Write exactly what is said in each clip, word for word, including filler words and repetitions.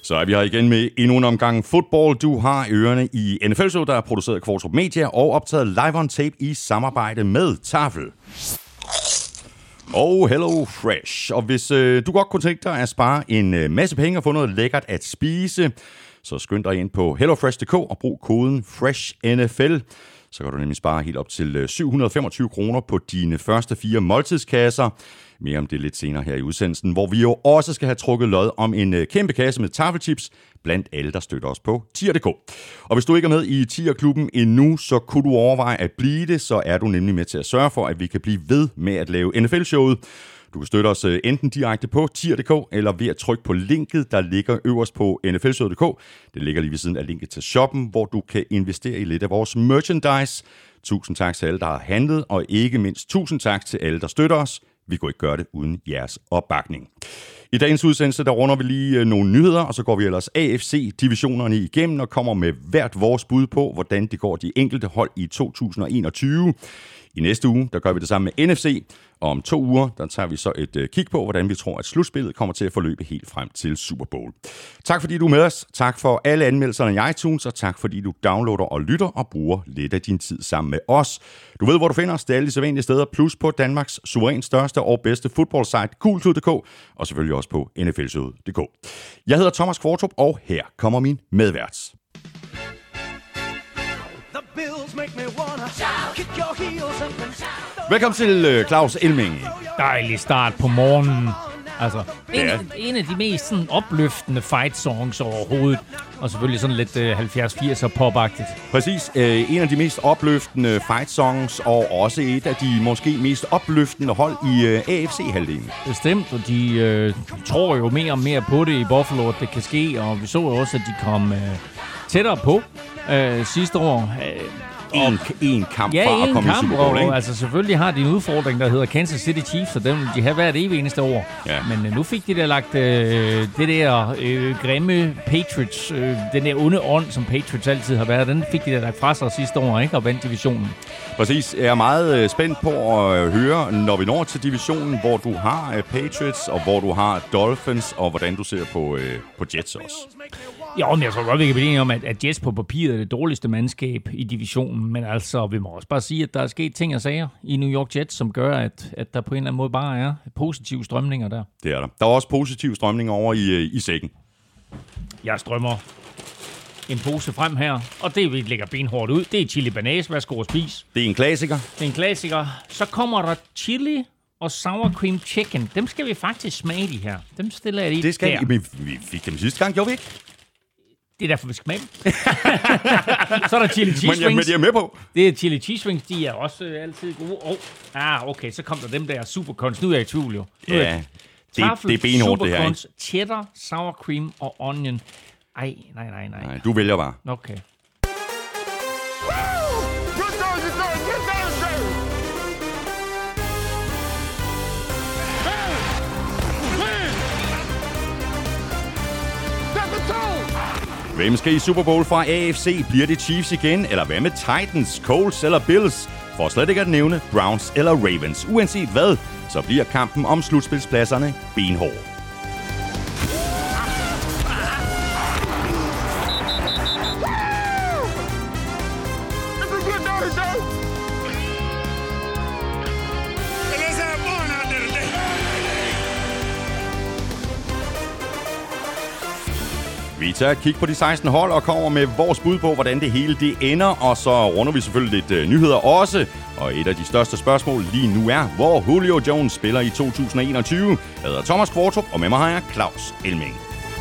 Så er vi her igen med endnu en omgang fodbold. Du har ørerne i N F L-show, der er produceret af Kvartrup Media og optaget live on tape i samarbejde med Tafel. Og Hello Fresh. Og hvis øh, du godt kunne tænke dig at spare en øh, masse penge og få noget lækkert at spise, så skynd dig ind på hello fresh punktum d k og brug koden fresh N F L. Så kan du nemlig spare helt op til syv hundrede og femogtyve kroner på dine første fire måltidskasser. Mere om det lidt senere her i udsendelsen, hvor vi jo også skal have trukket lod om en kæmpe kasse med tafelchips blandt alle, der støtter os på tier punktum d k. Og hvis du ikke er med i Tier-klubben endnu, så kunne du overveje at blive det, så er du nemlig med til at sørge for, at vi kan blive ved med at lave N F L-showet. Du kan støtte os enten direkte på tier punktum d k, eller ved at trykke på linket, der ligger øverst på n f l showet punktum d k. Det ligger lige ved siden af linket til shoppen, hvor du kan investere i lidt af vores merchandise. Tusind tak til alle, der har handlet, og ikke mindst tusind tak til alle, der støtter os. Vi kunne ikke gøre det uden jeres opbakning. I dagens udsendelse, der runder vi lige nogle nyheder, og så går vi ellers A F C-divisionerne igennem og kommer med hvert vores bud på, hvordan det går de enkelte hold i to tusind og enogtyve. I næste uge, der gør vi det sammen med N F C, og om to uger, der tager vi så et kig på, hvordan vi tror, at slutspillet kommer til at forløbe helt frem til Super Bowl. Tak fordi du er med os, tak for alle anmeldelserne i iTunes, og tak fordi du downloader og lytter og bruger lidt af din tid sammen med os. Du ved, hvor du finder os, det er alle de sædvanlige steder, plus på Danmarks suverænt største og bedste fodboldsite, Gulklud punktum d k, og selvfølgelig også på n f l showet punktum d k. Jeg hedder Thomas Kvartrup, og her kommer min medvært. Velkommen til uh, Claus Elming. Dejlig start på morgenen. Altså, en, ja. en af de mest sådan, opløftende fight songs overhovedet. Og selvfølgelig sådan lidt uh, halvfjerds firser popagtigt. Præcis. Uh, en af de mest opløftende fight songs, og også et af de måske mest opløftende hold i uh, A F C-halvdelen. Bestemt, og de uh, tror jo mere og mere på det i Buffalo, at det kan ske. Og vi så jo også, at de kom uh, tættere på uh, sidste år. Uh, En, en kamp ja, fra at komme kamp, i Super Bowl, ikke? Og, altså selvfølgelig har de en udfordring, der hedder Kansas City Chiefs, og den vil de have hvert evig eneste år. Ja. Men uh, nu fik de der lagt øh, det der øh, grimme Patriots, øh, den der onde ånd, som Patriots altid har været, den fik de der lagt fra sig sidste år, ikke? Og vandt divisionen. Præcis. Jeg er meget spændt på at høre, når vi når til divisionen, hvor du har Patriots, og hvor du har Dolphins, og hvordan du ser på, øh, på Jets også. Jo, men jeg tror godt, vi kan blive enige om, at, at Jets på papiret er det dårligste mandskab i divisionen, men altså, vi må også bare sige, at der er sket ting og sager i New York Jets, som gør, at, at der på en eller anden måde bare er positive strømninger der. Det er der. Der er også positive strømninger over i, i sækken. Jeg strømmer en pose frem her, og det vi lægger benhårdt ud, det er chili banase. Værsgo og spis. Det er en klassiker. Det er en klassiker. Så kommer der chili og sour cream chicken. Dem skal vi faktisk smage, de her. Dem stiller jeg lige det skal der. Vi, vi fik dem sidste gang, gjorde vi ikke? Det er derfor, vi skal smage dem. Så er der chili cheese men, wings. Men de er med på. Det er chili cheese wings, de er også øh, altid gode. Oh, ah, okay, så kom der dem der supercons. Nu er jeg i tvivl, jo. Nu Ja, det, Tafel, det er benhårdt, det her, ikke? Supercons, cheddar, sour cream og onion. Ej, nej, nej, nej. Nej, du vælger bare. Okay. Hvem skal i Super Bowl fra A F C? Bliver det Chiefs igen? Eller hvad med Titans, Colts eller Bills? For slet ikke at nævne Browns eller Ravens. Uanset hvad, så bliver kampen om slutspilspladserne benhård. Vi tager et kig på de seksten hold og kommer med vores bud på, hvordan det hele det ender. Og så runder vi selvfølgelig lidt uh, nyheder også. Og et af de største spørgsmål lige nu er, hvor Julio Jones spiller i to tusind og enogtyve. Jeg hedder Thomas Kvartrup, og med mig har jeg Claus Elming.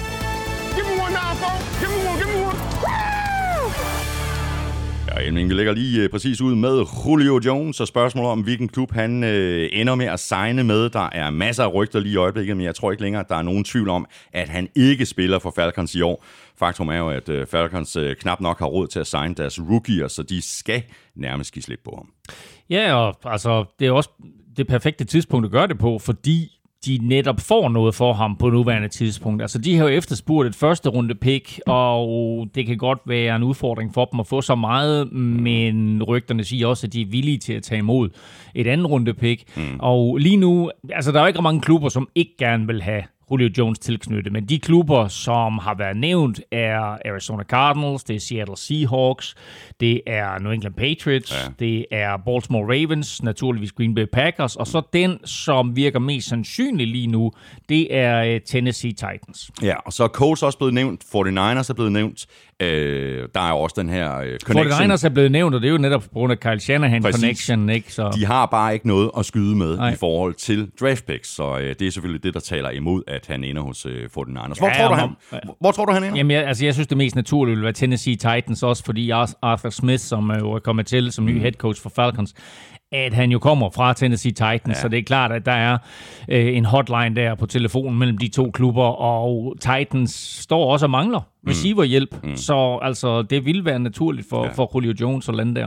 Ja, Elming, vi lægger lige uh, præcis ud med Julio Jones, og spørgsmålet om, hvilken klub han uh, ender med at signe med. Der er masser af rygter lige i øjeblikket, men jeg tror ikke længere, at der er nogen tvivl om, at han ikke spiller for Falcons i år. Faktum er jo, at uh, Falcons uh, knap nok har råd til at signe deres rookier, så de skal nærmest give slip på ham. Ja, og altså, det er også det perfekte tidspunkt at gøre det på, fordi de netop får noget for ham på nuværende tidspunkt. Altså, de har jo efterspurgt et første runde pick, og det kan godt være en udfordring for dem at få så meget, men rygterne siger også, at de er villige til at tage imod et andet runde pick. Mm. Og lige nu, altså, der er jo ikke mange klubber, som ikke gerne vil have Julio Jones tilknyttet. Men de klubber, som har været nævnt, er Arizona Cardinals, det er Seattle Seahawks, det er New England Patriots, ja. det er Baltimore Ravens, naturligvis Green Bay Packers, og så den, som virker mest sandsynlig lige nu, det er Tennessee Titans. Ja, og så er Colts også blevet nævnt, forty-niners er blevet nævnt, øh, der er også den her øh, connection. forty-niners er blevet nævnt, og det er jo netop på grund af Kyle Shanahan Præcis. Connection, ikke? Så... De har bare ikke noget at skyde med Nej. i forhold til draft picks, så øh, det er selvfølgelig det, der taler imod, at han ender hos øh, forty-niners. Hvor, ja, tror du, han, ja. hvor tror du, han ender? Jamen, jeg, altså, jeg synes, det mest naturlige vil være Tennessee Titans, også fordi Arthur Smith, som øh, er kommet til som ny head coach for Falcons, at han jo kommer fra Tennessee Titans, ja. så det er klart, at der er øh, en hotline der på telefonen mellem de to klubber, og Titans står også og mangler receiverhjælp, mm. så altså, det vil være naturligt for, ja. for Julio Jones og lande der.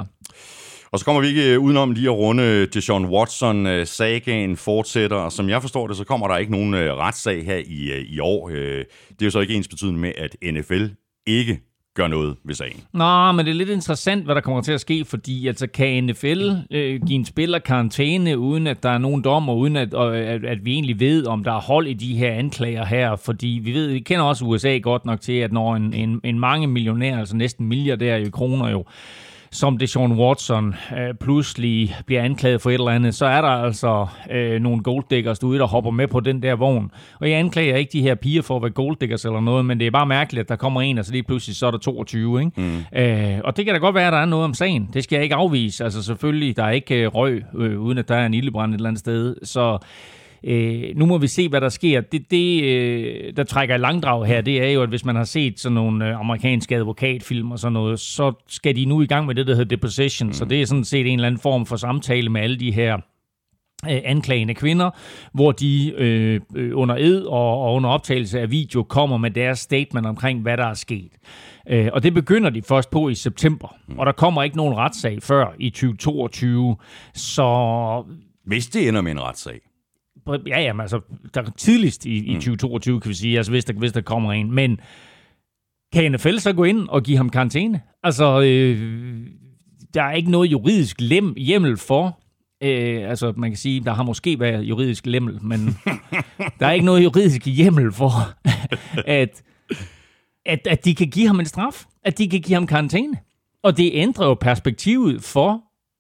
Og så kommer vi ikke udenom lige at runde Deshaun Watson. Sagaen fortsætter, og som jeg forstår det, så kommer der ikke nogen retssag her i, i år. Det er jo så ikke ensbetydende med, at N F L ikke gør noget ved sagen. Nå, men det er lidt interessant, hvad der kommer til at ske, fordi altså, kan N F L øh, give en spiller karantæne, uden at der er nogen dommer, uden at, øh, at, at vi egentlig ved, om der er hold i de her anklager her, fordi vi ved, vi kender også U S A godt nok til, at når en, en, en mange millionær, altså næsten milliardær i kroner jo, som Deshaun Watson øh, pludselig bliver anklaget for et eller andet, så er der altså øh, nogle golddiggers derude, der hopper med på den der vogn. Og jeg anklager ikke de her piger for at være golddiggers eller noget, men det er bare mærkeligt, at der kommer en, og så lige pludselig så er der toogtyve. Ikke? Mm. Øh, og det kan da godt være, at der er noget om sagen. Det skal jeg ikke afvise. Altså selvfølgelig, der er ikke øh, røg, øh, uden at der er en ildebrand et eller andet sted. Så Øh, nu må vi se, hvad der sker. Det, det øh, der trækker i langdrag her, det er jo, at hvis man har set sådan nogle øh, amerikanske advokatfilm og sådan noget, så skal de nu i gang med det, der hedder deposition. Mm. Så det er sådan set en eller anden form for samtale med alle de her øh, anklagende kvinder, hvor de øh, under ed og, og under optagelse af video kommer med deres statement omkring, hvad der er sket. Øh, og det begynder de først på i september. Mm. Og der kommer ikke nogen retssag før i tyve toogtyve. Så hvis det ender med en retssag? Ja, jamen, altså, der er tidligst i, i tyve toogtyve, kan vi sige, altså hvis der, hvis der kommer en. Men kan N F L så gå ind og give ham karantæne? Altså, øh, der er ikke noget juridisk lem, hjemmel for. Øh, altså, man kan sige, der har måske været juridisk lemmel, men der er ikke noget juridisk hjemmel for, at, at, at de kan give ham en straf. At de kan give ham karantæne. Og det ændrer jo perspektivet for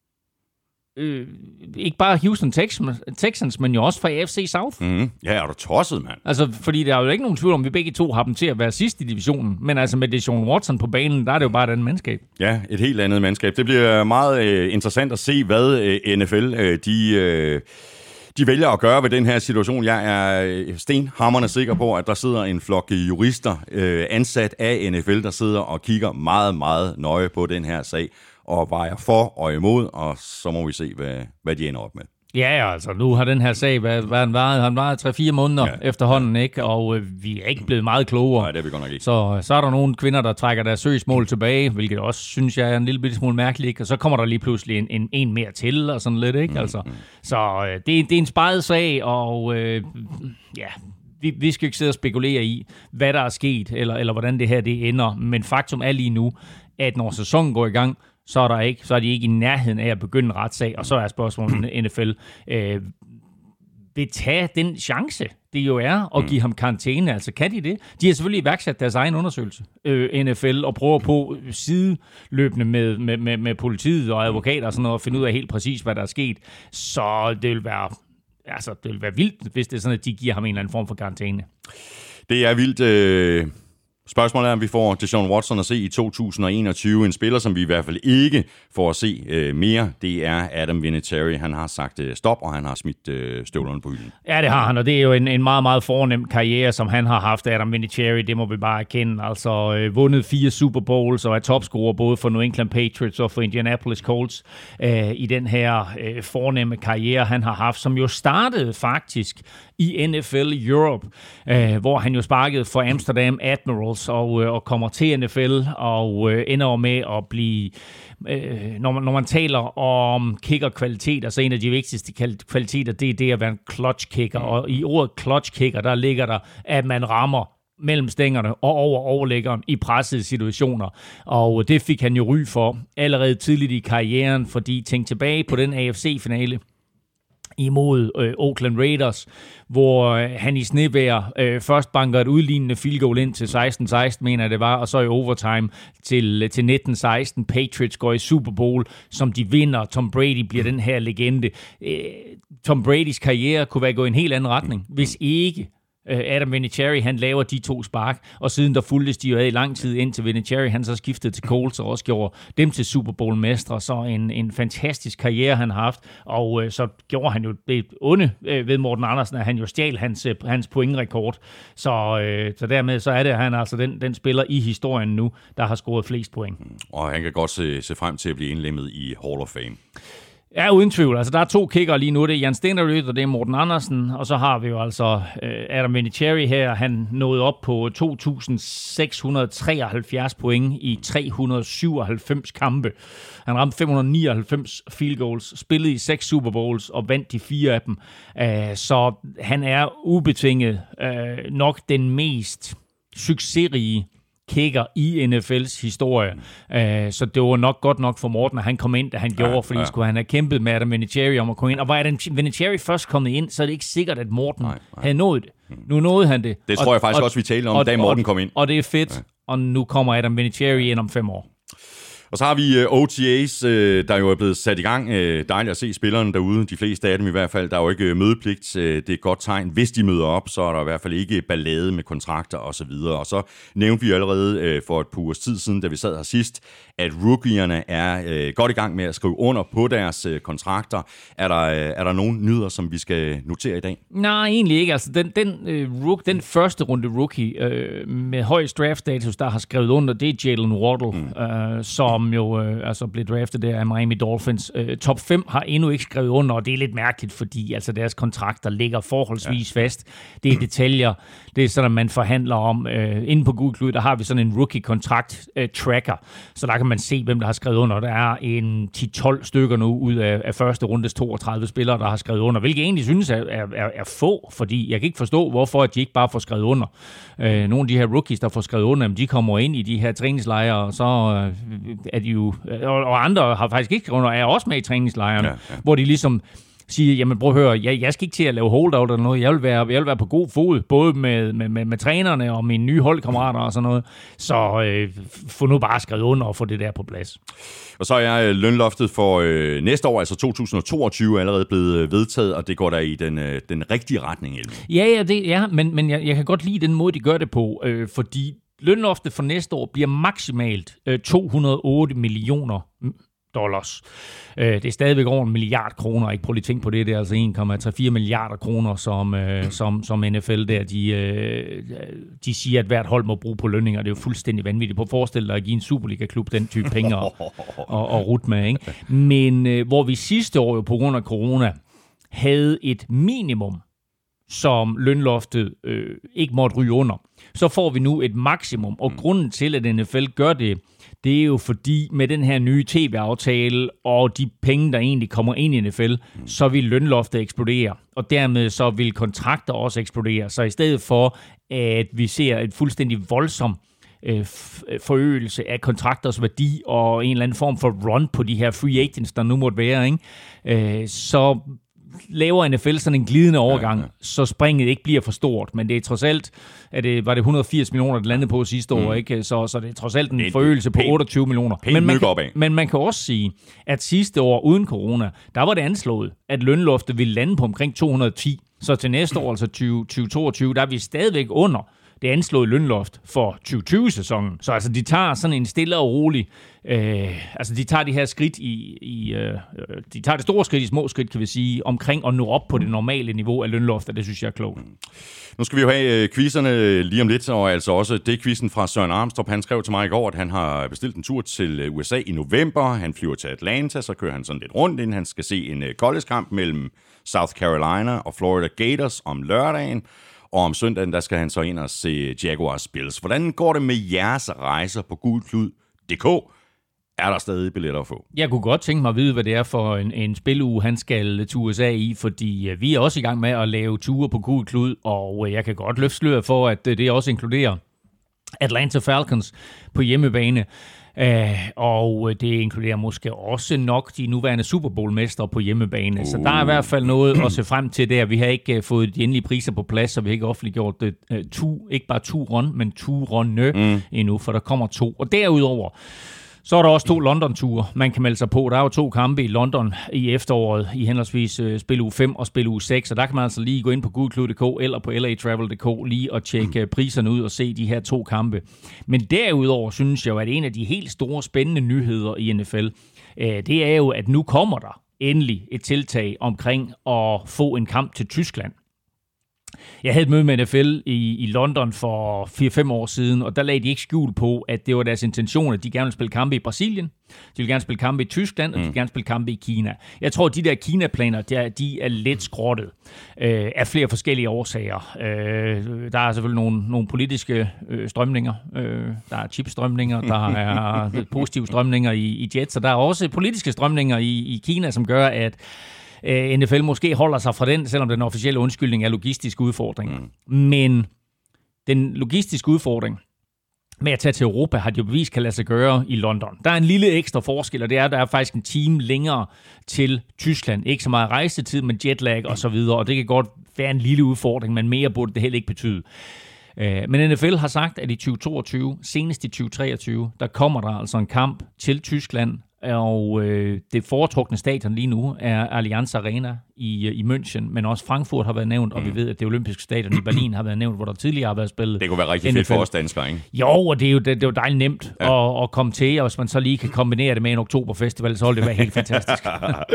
Øh, ikke bare Houston Texans, Texans, men jo også fra A F C South. Mm. Ja, er du tosset, mand? Altså, fordi der er jo ikke nogen tvivl om, vi begge to har dem til at være sidst i divisionen. Men altså med Deshaun Watson på banen, der er det jo bare et andet mandskab. Ja, et helt andet mandskab. Det bliver meget øh, interessant at se, hvad øh, N F L øh, de... Øh De vælger at gøre ved den her situation. Jeg er stenhamrende sikker på, at der sidder en flok jurister øh, ansat af N F L, der sidder og kigger meget, meget nøje på den her sag og vejer for og imod, og så må vi se, hvad, hvad de ender op med. Ja, altså nu har den her sag været, været, været, han varet tre fire måneder ja. efterhånden, ikke? Og øh, vi er ikke blevet meget klogere. Nej, det er vi godt nok ikke. Så, så er der nogle kvinder, der trækker deres søgsmål tilbage, hvilket også synes jeg er en lille bitte smule mærkeligt, ikke? Og så kommer der lige pludselig en, en, en mere til, og sådan lidt, ikke? Mm, altså, mm. Så øh, det, det er en sparet sag, og øh, ja, vi, vi skal ikke sidde og spekulere i, hvad der er sket, eller, eller hvordan det her det ender. Men faktum er lige nu, at når sæsonen går i gang, så er, der ikke, så er de ikke i nærheden af at begynde en retssag, og så er spørgsmålet, om N F L øh, vil tage den chance, det jo er, at give ham karantæne. Altså, kan de det? De har selvfølgelig iværksat deres egen undersøgelse, øh, N F L, og prøver på sideløbende med, med, med, med politiet og advokater og sådan noget, at finde ud af helt præcis, hvad der er sket. Så det vil være, altså, det vil være vildt, hvis det er sådan, at de giver ham en eller anden form for karantæne. Det er vildt... Øh Spørgsmålet er, om vi får Deshaun Watson at se i to tusind enogtyve. En spiller, som vi i hvert fald ikke får at se øh, mere, det er Adam Vinatieri. Han har sagt øh, stop, og han har smidt øh, støvlerne på hylden. Ja, det har han, og det er jo en, en meget, meget fornem karriere, som han har haft, Adam Vinatieri. Det må vi bare erkende. Altså øh, vundet fire Super Bowls og er topscorer både for New England Patriots og for Indianapolis Colts øh, i den her øh, fornemme karriere, han har haft, som jo startede faktisk i N F L Europe, øh, hvor han jo sparkede for Amsterdam Admirals og, øh, og kommer til N F L og øh, ender med at blive, øh, når, man, når man taler om kicker-kvaliteter, så en af de vigtigste kvaliteter, det er det at være en clutch-kicker, og i ordet clutch-kicker, der ligger der, at man rammer mellem stængerne og over overlæggeren i pressede situationer. Og det fik han jo ry for allerede tidligt i karrieren, fordi tænk tilbage på den A F C-finale imod øh, Oakland Raiders, hvor øh, han i snevejr øh, først banker et udlignende field goal ind til seksten seksten, mener jeg det var, og så i overtime til, til nitten seksten. Patriots går i Super Bowl, som de vinder. Tom Brady bliver den her legende. Øh, Tom Bradys karriere kunne være gået i en helt anden retning, hvis ikke Adam Vinatieri, han laver de to spark, og siden der fulgtes de jo af i lang tid, indtil Vinatieri, han så skiftede til Colts og også gjorde dem til Super Bowl-mestre, så en, en fantastisk karriere, han har haft, og øh, så gjorde han jo det onde øh, ved Morten Andersen, at han jo stjal hans, øh, hans pointrekord, så, øh, så dermed så er det, at han er altså den, den spiller i historien nu, der har scoret flest point. Og han kan godt se, se frem til at blive indlemmet i Hall of Fame. Ja, uden tvivl. Altså, der er to kickere lige nu. Det er Jan Stenerud, og det er Morten Andersen. Og så har vi jo altså uh, Adam Vinatieri her. Han nåede op på to tusind seks hundrede treoghalvfjerds point i tre hundrede syvoghalvfems kampe. Han ramte fem hundrede nioghalvfems field goals, spillede i seks Super Bowls og vandt de fire af dem. Uh, så han er ubetinget uh, nok den mest succesrige kicker i N F L's historie. Uh, så det var nok godt nok for Morten, at han kom ind, da han gjorde, ja, fordi ja. skulle han have kæmpet med Adam Vinatieri om at komme ind. Og var Adam Vinatieri først kommet ind, så er det ikke sikkert, at Morten nej, nej. havde nået det. Nu nåede han det. Det tror jeg faktisk og, også, vi talte om, og, da Morten kom ind. Og det er fedt, ja. Og nu kommer Adam Vinatieri ind om fem år. Og så har vi O T A's, der jo er blevet sat i gang. Dejligt at se spillerne derude, de fleste af dem i hvert fald. Der er jo ikke mødepligt. Det er et godt tegn. Hvis de møder op, så er der i hvert fald ikke ballade med kontrakter osv. Og så nævnte vi allerede for et par ugers tid siden, da vi sad her sidst, at rookierne er godt i gang med at skrive under på deres kontrakter. Er der, er der nogen nyheder, som vi skal notere i dag? Nej, egentlig ikke. Altså, den, den, uh, rook, den første runde rookie uh, med højst draft-status, der har skrevet under, det er Jalen Waddle, mm. uh, som jo uh, altså blev draftet der af Miami Dolphins. Uh, top fem har endnu ikke skrevet under, og det er lidt mærkeligt, fordi altså, deres kontrakter ligger forholdsvis ja. fast. Det er detaljer. Det er sådan, at man forhandler om. Uh, inde på Google Cloud, der har vi sådan en rookie-kontrakt-tracker, så der kan man se, hvem der har skrevet under. Der er en ti tolv stykker nu ud af, af første rundes toogtredive spillere, der har skrevet under, hvilket jeg egentlig synes er, er, er få, fordi jeg kan ikke forstå, hvorfor at de ikke bare får skrevet under. Øh, nogle af de her rookies, der får skrevet under, de kommer ind i de her træningslejre, og så øh, er de jo, og, og andre har faktisk ikke skrevet under, er også med i træningslejrene, ja, ja. Hvor de ligesom siger, jamen prøv at høre, jeg, jeg skal ikke til at lave holdout eller noget, jeg vil være, jeg vil være på god fod, både med, med, med, med trænerne og mine nye holdkammerater og sådan noget, så øh, få nu bare skrevet under og få det der på plads. Og så er lønloftet for øh, næste år, altså to tusind toogtyve, allerede blevet vedtaget, og det går der i den, øh, den rigtige retning. Ja, ja, det, ja men, men jeg, jeg kan godt lide den måde, de gør det på, øh, fordi lønloftet for næste år bliver maksimalt øh, to hundrede og otte millioner dollars. Det er stadigvæk over en milliard kroner. Ikke prøv lige at tænke på det. Det er altså en komma fire milliarder kroner, som, som, som N F L der, de, de siger, at hvert hold må bruge på lønninger. Det er jo fuldstændig vanvittigt. På at forestille dig at give en Superliga-klub den type penge og, og, og rute med. Ikke? Men hvor vi sidste år jo på grund af corona havde et minimum, som lønloftet øh, ikke måtte ryge under, så får vi nu et maksimum. Og grunden til, at N F L gør det, det er jo fordi med den her nye T V-aftale og de penge, der egentlig kommer ind i N F L, så vil lønloftet eksplodere. Og dermed så vil kontrakter også eksplodere. Så i stedet for, at vi ser et fuldstændig voldsomt forøgelse af kontrakters værdi og en eller anden form for run på de her free agents, der nu måtte være, ikke? Så laver N F L sådan en glidende overgang, ja, ja. Så springet ikke bliver for stort, men det er trods alt, at det, var det et hundrede og firs millioner, det landede på sidste mm. år, ikke? Så, så det er trods alt en det, forøgelse på otteogtyve millioner. Men man, kan, men man kan også sige, at sidste år uden corona, der var det anslået, at lønloftet ville lande på omkring to hundrede og ti. Så til næste år, altså tyve toogtyve, der er vi stadigvæk under det anslåede lønloft for tyve tyve-sæsonen. Så altså, de tager sådan en stille og rolig, øh, altså de tager de her skridt i, i øh, de tager det store skridt i små skridt, kan vi sige, omkring at nå op på det normale niveau af lønloftet. Det synes jeg er klogt. Nu skal vi jo have øh, quizzerne lige om lidt, og altså også det quizzen fra Søren Armstrong. Han skrev til mig i går, at han har bestilt en tur til U S A i november. Han flyver til Atlanta, så kører han sådan lidt rundt, inden han skal se en øh, college-kamp mellem South Carolina og Florida Gators om lørdagen. Og om søndagen, der skal han så ind og se Jaguars Bills. Hvordan går det med jeres rejser på gulklud punktum d k? Er der stadig billetter at få? Jeg kunne godt tænke mig at vide, hvad det er for en, en spiluge, han skal til U S A i, fordi vi er også i gang med at lave ture på gulklud, og jeg kan godt løfte sløret for, at det også inkluderer Atlanta Falcons på hjemmebane. Uh, og det inkluderer måske også nok de nuværende Super Bowl-mestre på hjemmebane. Uh. Så der er i hvert fald noget at se frem til der. Vi har ikke uh, fået de endelige priser på plads, så vi har ikke offentliggjort det. Uh, to, ikke bare to run, men to runde mm. endnu, for der kommer to. Og derudover, så er der også to London-ture, man kan melde sig på. Der er jo to kampe i London i efteråret, i henholdsvis uh, spil uge fem og spil uge seks, og der kan man altså lige gå ind på gulklud punktum d k eller på l a travel punktum d k lige og tjekke uh, priserne ud og se de her to kampe. Men derudover synes jeg jo, at en af de helt store spændende nyheder i N F L, uh, det er jo, at nu kommer der endelig et tiltag omkring at få en kamp til Tyskland. Jeg havde et møde med N F L i, i London for fire fem år siden, og der lagde de ikke skjul på, at det var deres intention, at de gerne ville spille kampe i Brasilien, de vil gerne spille kampe i Tyskland, og de vil gerne spille kampe i Kina. Jeg tror, at de der Kina-planer, der, de er lidt skrottet øh, af flere forskellige årsager. Øh, der er selvfølgelig nogle, nogle politiske øh, strømninger. Øh, der er chipstrømninger, der er positive strømninger i, i Jets, og der er også politiske strømninger i, i Kina, som gør, at N F L måske holder sig fra den, selvom den officielle undskyldning er logistisk udfordring. Mm. Men den logistiske udfordring med at tage til Europa, har de jo bevist kan lade sig gøre i London. Der er en lille ekstra forskel, og det er, at der er faktisk en time længere til Tyskland. Ikke så meget rejsetid, men jetlag og så videre, og det kan godt være en lille udfordring, men mere burde det heller ikke betyde. Men N F L har sagt, at i tyve toogtyve, senest i tyve treogtyve, der kommer der altså en kamp til Tyskland, og øh, det foretrukne stadion lige nu er Allianz Arena i, i München, men også Frankfurt har været nævnt, og mm. vi ved, at det olympiske stadion i Berlin har været nævnt, hvor der tidligere har været spillet. Det kunne være rigtig fedt for os danskere, ikke? Jo, og det er jo, det, det er jo dejligt nemt ja. at, at komme til, og hvis man så lige kan kombinere det med en oktoberfestival, så vil det være helt fantastisk.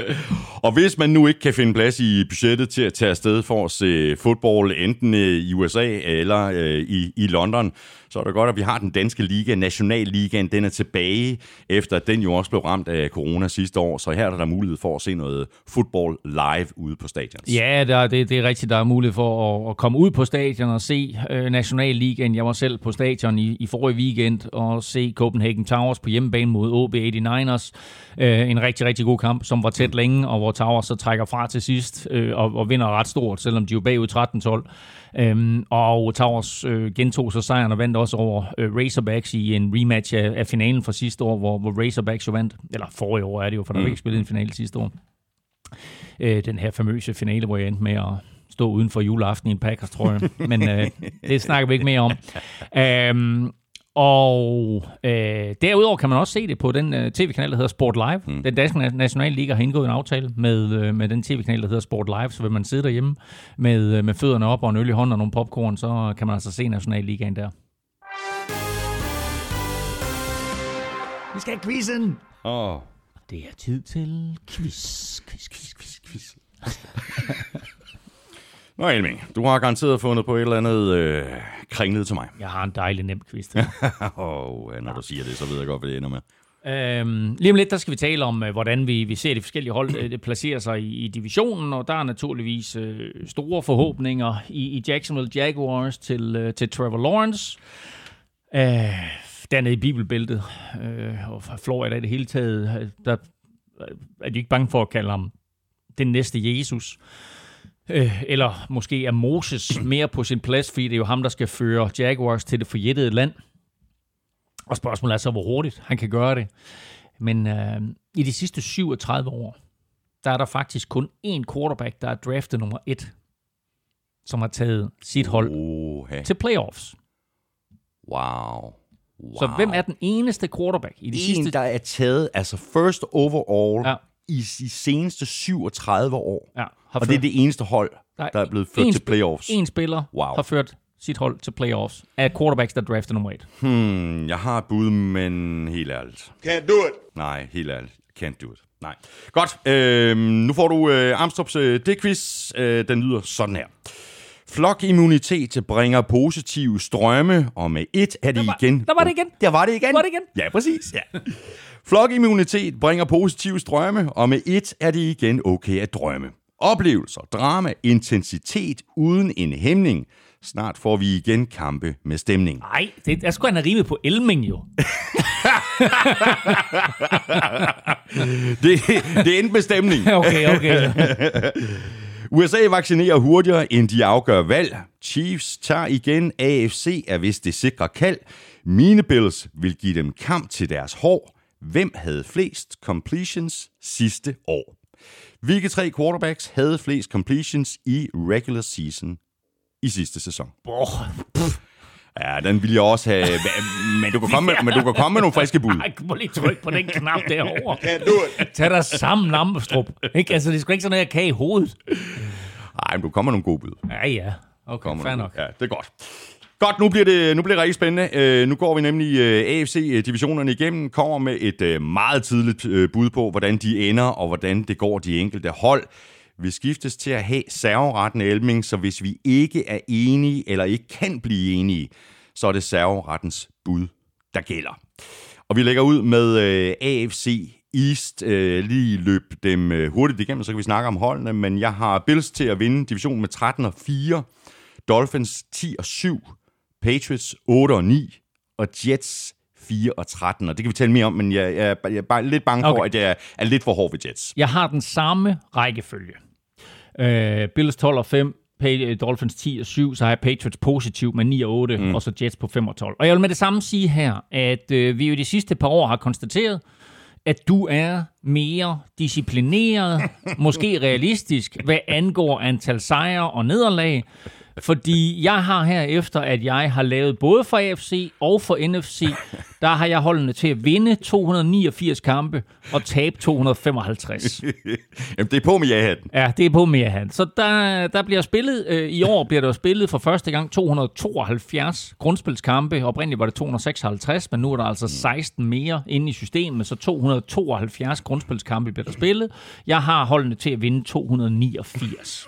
Og hvis man nu ikke kan finde plads i budgettet til at tage afsted for at se fodbold, enten i U S A eller øh, i, i London, så er det godt, at vi har den danske liga, Nationalligaen, den er tilbage, efter at den jo også blev ramt af corona sidste år, så her er der mulighed for at se noget fodbold live ude på stadion. Ja, der, det, det er rigtigt, der er mulighed for at, at komme ud på stadion og se øh, Nationalligaen. Jeg var selv på stadion i, i forrige weekend og se Copenhagen Towers på hjemmebane mod O B otteoghalvfems. Øh, en rigtig, rigtig god kamp, som var tæt længe, og hvor Towers så trækker fra til sidst øh, og, og vinder ret stort, selvom de er bagud tretten tolv. Øhm, og Towers øh, gentog så sejren og vandt også over øh, Razorbacks i en rematch af, af finalen fra sidste år, hvor, hvor Razorbacks jo vandt, eller forrige år er det jo, for der var ikke spillet en finale sidste år. Øh, den her famøse finale, hvor jeg endte med at stå uden for juleaften i en Packers, tror jeg. Men øh, det snakker vi ikke mere om. Øhm, Og øh, derudover kan man også se det på den øh, tv-kanal, der hedder Sport Live. Mm. Den danske Nationalliga har indgået en aftale med, øh, med den tv-kanal, der hedder Sport Live. Så vil man sidde derhjemme med, øh, med fødderne op og en øl i hånden og nogle popcorn, så kan man altså se Nationalligaen der. Vi skal have quizzen! Åh. Oh. Det er tid til quiz, quiz, quiz, quiz, quiz. Nå, Elming, du har garanteret fundet på et eller andet øh, kringlet til mig. Jeg har en dejlig nem quiz. oh, når du siger det, så ved jeg godt, hvad det ender med. Øhm, lige om lidt, der skal vi tale om, hvordan vi, vi ser de forskellige hold øh, det placerer sig i, i divisionen, og der er naturligvis øh, store forhåbninger i, i Jacksonville Jaguars til, øh, til Trevor Lawrence. Øh, dernede i bibelbæltet, øh, og Florida i det hele taget, der er de ikke bange for at kalde ham den næste Jesus. Øh, eller måske er Moses mere på sin plads, fordi det er jo ham, der skal føre Jaguars til det forjættede land. Og spørgsmålet er så, hvor hurtigt han kan gøre det. Men øh, i de sidste syvogtredive år, der er der faktisk kun én quarterback, der er draftet nummer et, som har taget sit hold oh, hey. til playoffs. Wow. wow. Så hvem er den eneste quarterback i de en, sidste... der er taget, altså first overall, ja. i de seneste syvogtredive år. Ja, og det er det eneste hold, der, der er blevet ført til playoffs. En spiller wow. har ført sit hold til playoffs af quarterbacks, der drafter nummer et. Hmm, jeg har et bud, men helt ærligt. Can't do it. Nej, helt ærligt. Can't do it. Nej. Godt. Øh, nu får du øh, Armstrongs øh, D-quiz. Øh, den lyder sådan her. Flokimmunitet bringer positive strømme, og med et er det der var, igen... Der var det igen. Der var det igen. Var det igen? Ja, præcis. Ja. Flokimmunitet bringer positive strømme, og med et er det igen okay at drømme. Oplevelser, drama, intensitet uden en hæmning. Snart får vi igen kampe med stemning. Nej, det er sgu han have rimet på Elming jo. det, det endte med stemning. Okay, okay. U S A vaccinerer hurtigere, end de afgør valg. Chiefs tager igen. A F C er vist det sikre kald. Mine Bills vil give dem kamp til deres hår. Hvem havde flest completions sidste år? Hvilke tre quarterbacks havde flest completions i regular season i sidste sæson? Oh, ja, den vil jeg også have, men du kan komme med, men du kan komme med nogle friske bud. Jeg må lige trykke på den knap derovre. Tag dig sammen, Lampestrup. Ikke? Altså, det er sgu ikke sådan noget, jeg kan i hovedet. Nej, men du kommer med nogle gode bud. Ja, ja. Okay, fair nok. Ja, det er godt. Godt, nu bliver det, nu bliver det rigtig spændende. Uh, nu går vi nemlig uh, A F C-divisionerne igennem, kommer med et uh, meget tidligt uh, bud på, hvordan de ender, og hvordan det går de enkelte hold. Vi skiftes til at have serveretten, Elming, så hvis vi ikke er enige, eller ikke kan blive enige, så er det serverettens bud, der gælder. Og vi lægger ud med uh, A F C East, uh, lige løb dem uh, hurtigt igennem, så kan vi snakke om holdene, men jeg har Bills til at vinde divisionen med tretten og fire, Dolphins ti og syv, Patriots otte og ni, og Jets fire og tretten. Og det kan vi tale mere om, men jeg, jeg, jeg er bare lidt bange okay. for, at jeg er lidt for hård ved Jets. Jeg har den samme rækkefølge. Uh, Bills tolv og fem, Dolphins ti og syv, så har jeg Patriots positiv med ni og otte, mm. og så Jets på fem og tolv. Og jeg vil med det samme sige her, at uh, vi jo de sidste par år har konstateret, at du er mere disciplineret, måske realistisk, hvad angår antal sejre og nederlag. Fordi jeg har her efter, at jeg har lavet både for A F C og for N F C, der har jeg holdene til at vinde to hundrede niogfirs kampe og tabe to hundrede femoghalvtreds. Jamen, det er på med ja-hatten. Ja, det er på med ja-hatten. Så der, der bliver spillet, øh, i år bliver der spillet for første gang to hundrede tooghalvfjerds grundspilskampe. Oprindeligt var det to hundrede seksoghalvtreds, men nu er der altså seksten mere inde i systemet, så to hundrede tooghalvfjerds grundspilskampe bliver der spillet. Jeg har holdene til at vinde to hundrede niogfirs.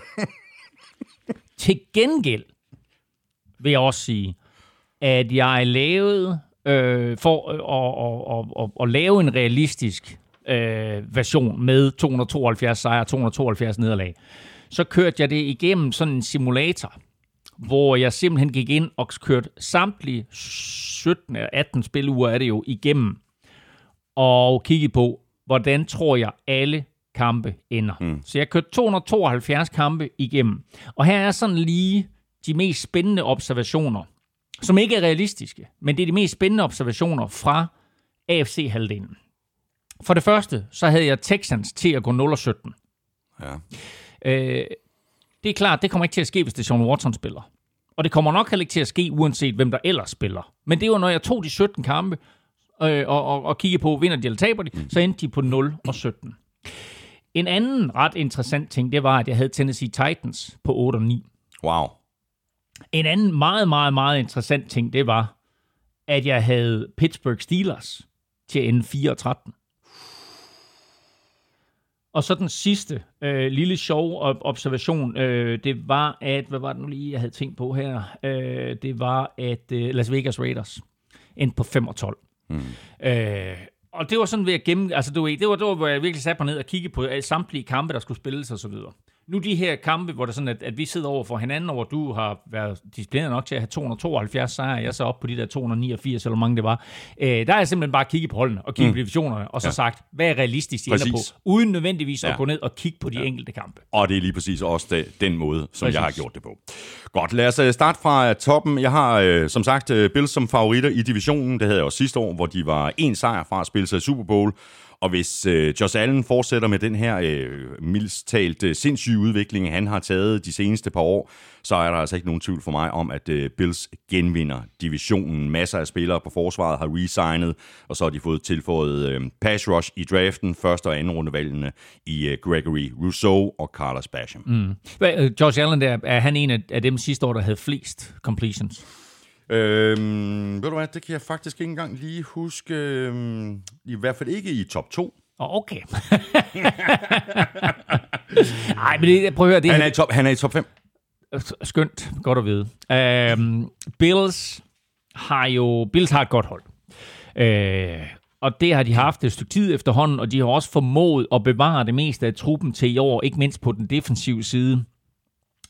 Til gengæld vil jeg også sige, at jeg lavede øh, for at, at, at, at, at lave en realistisk øh, version med to hundrede tooghalvfjerds sejre og to hundrede tooghalvfjerds nederlag. Så kørte jeg det igennem sådan en simulator, hvor jeg simpelthen gik ind og kørte samtlige sytten eller atten spiluger er det jo igennem, og kiggede på, hvordan tror jeg alle kampe ender. Mm. Så jeg kørte to hundrede tooghalvfjerds kampe igennem. Og her er sådan lige de mest spændende observationer, som ikke er realistiske, men det er de mest spændende observationer fra A F C-halvdelen. For det første, så havde jeg Texans til at gå nul og sytten. Ja. Øh, det er klart, det kommer ikke til at ske, hvis det er Sean Watson spiller. Og det kommer nok heller ikke til at ske, uanset hvem der ellers spiller. Men det var, når jeg tog de sytten kampe øh, og, og, og kiggede på, vinder de eller taber de, mm. så endte de på nul og sytten. En anden ret interessant ting, det var, at jeg havde Tennessee Titans på otte og ni. Wow. En anden meget, meget, meget interessant ting, det var, at jeg havde Pittsburgh Steelers til at ende fire og tretten. Og så den sidste øh, lille sjov observation, øh, det var, at, hvad var det nu lige, jeg havde tænkt på her? Øh, det var, at øh, Las Vegas Raiders endte på fem og tolv. Mm. Øh, Og det var sådan ved at gemme, altså det var, det var, det var hvor jeg virkelig satte mig ned og kiggede på samtlige kampe, der skulle spilles og så videre. Nu de her kampe, hvor det er sådan, at, at vi sidder over for hinanden, og hvor du har været disciplineret nok til at have to hundrede tooghalvfjerds sejre, jeg så op på de der to hundrede niogfirs, eller hvor mange det var. Øh, der er jeg simpelthen bare kigget på holdene og kigget mm. på divisionerne, og så ja. sagt, hvad er realistisk, de ender på, uden nødvendigvis ja. at gå ned og kigge på de ja. enkelte kampe. Og det er lige præcis også det, den måde, som præcis. jeg har gjort det på. Godt, lad os starte fra toppen. Jeg har som sagt Bills som favoritter i divisionen. Det havde jeg også sidste år, hvor de var en sejr fra at spille sig i Super Bowl. Og hvis øh, Josh Allen fortsætter med den her øh, mildest talt øh, sindssyge udvikling, han har taget de seneste par år, så er der altså ikke nogen tvivl for mig om, at øh, Bills genvinder divisionen. Masser af spillere på forsvaret har resignet, og så har de fået tilføjet øh, pass rush i draften, første og anden rundevalgene i øh, Gregory Rousseau og Carlos Basham. Mm. Josh Allen, der, er han en af dem sidste år, der havde flest completions? Øhm, ved du hvad, det kan jeg faktisk ikke engang lige huske. Øhm, I hvert fald ikke i top to. Oh, okay. Nej, men det, prøv at høre. Det han, er i top, han er i top fem. Skønt, godt at vide. Øhm, Bills har jo Bills har et godt hold. Øh, og det har de haft et stykke tid efterhånden, og de har også formået at bevare det meste af truppen til i år, ikke mindst på den defensive side.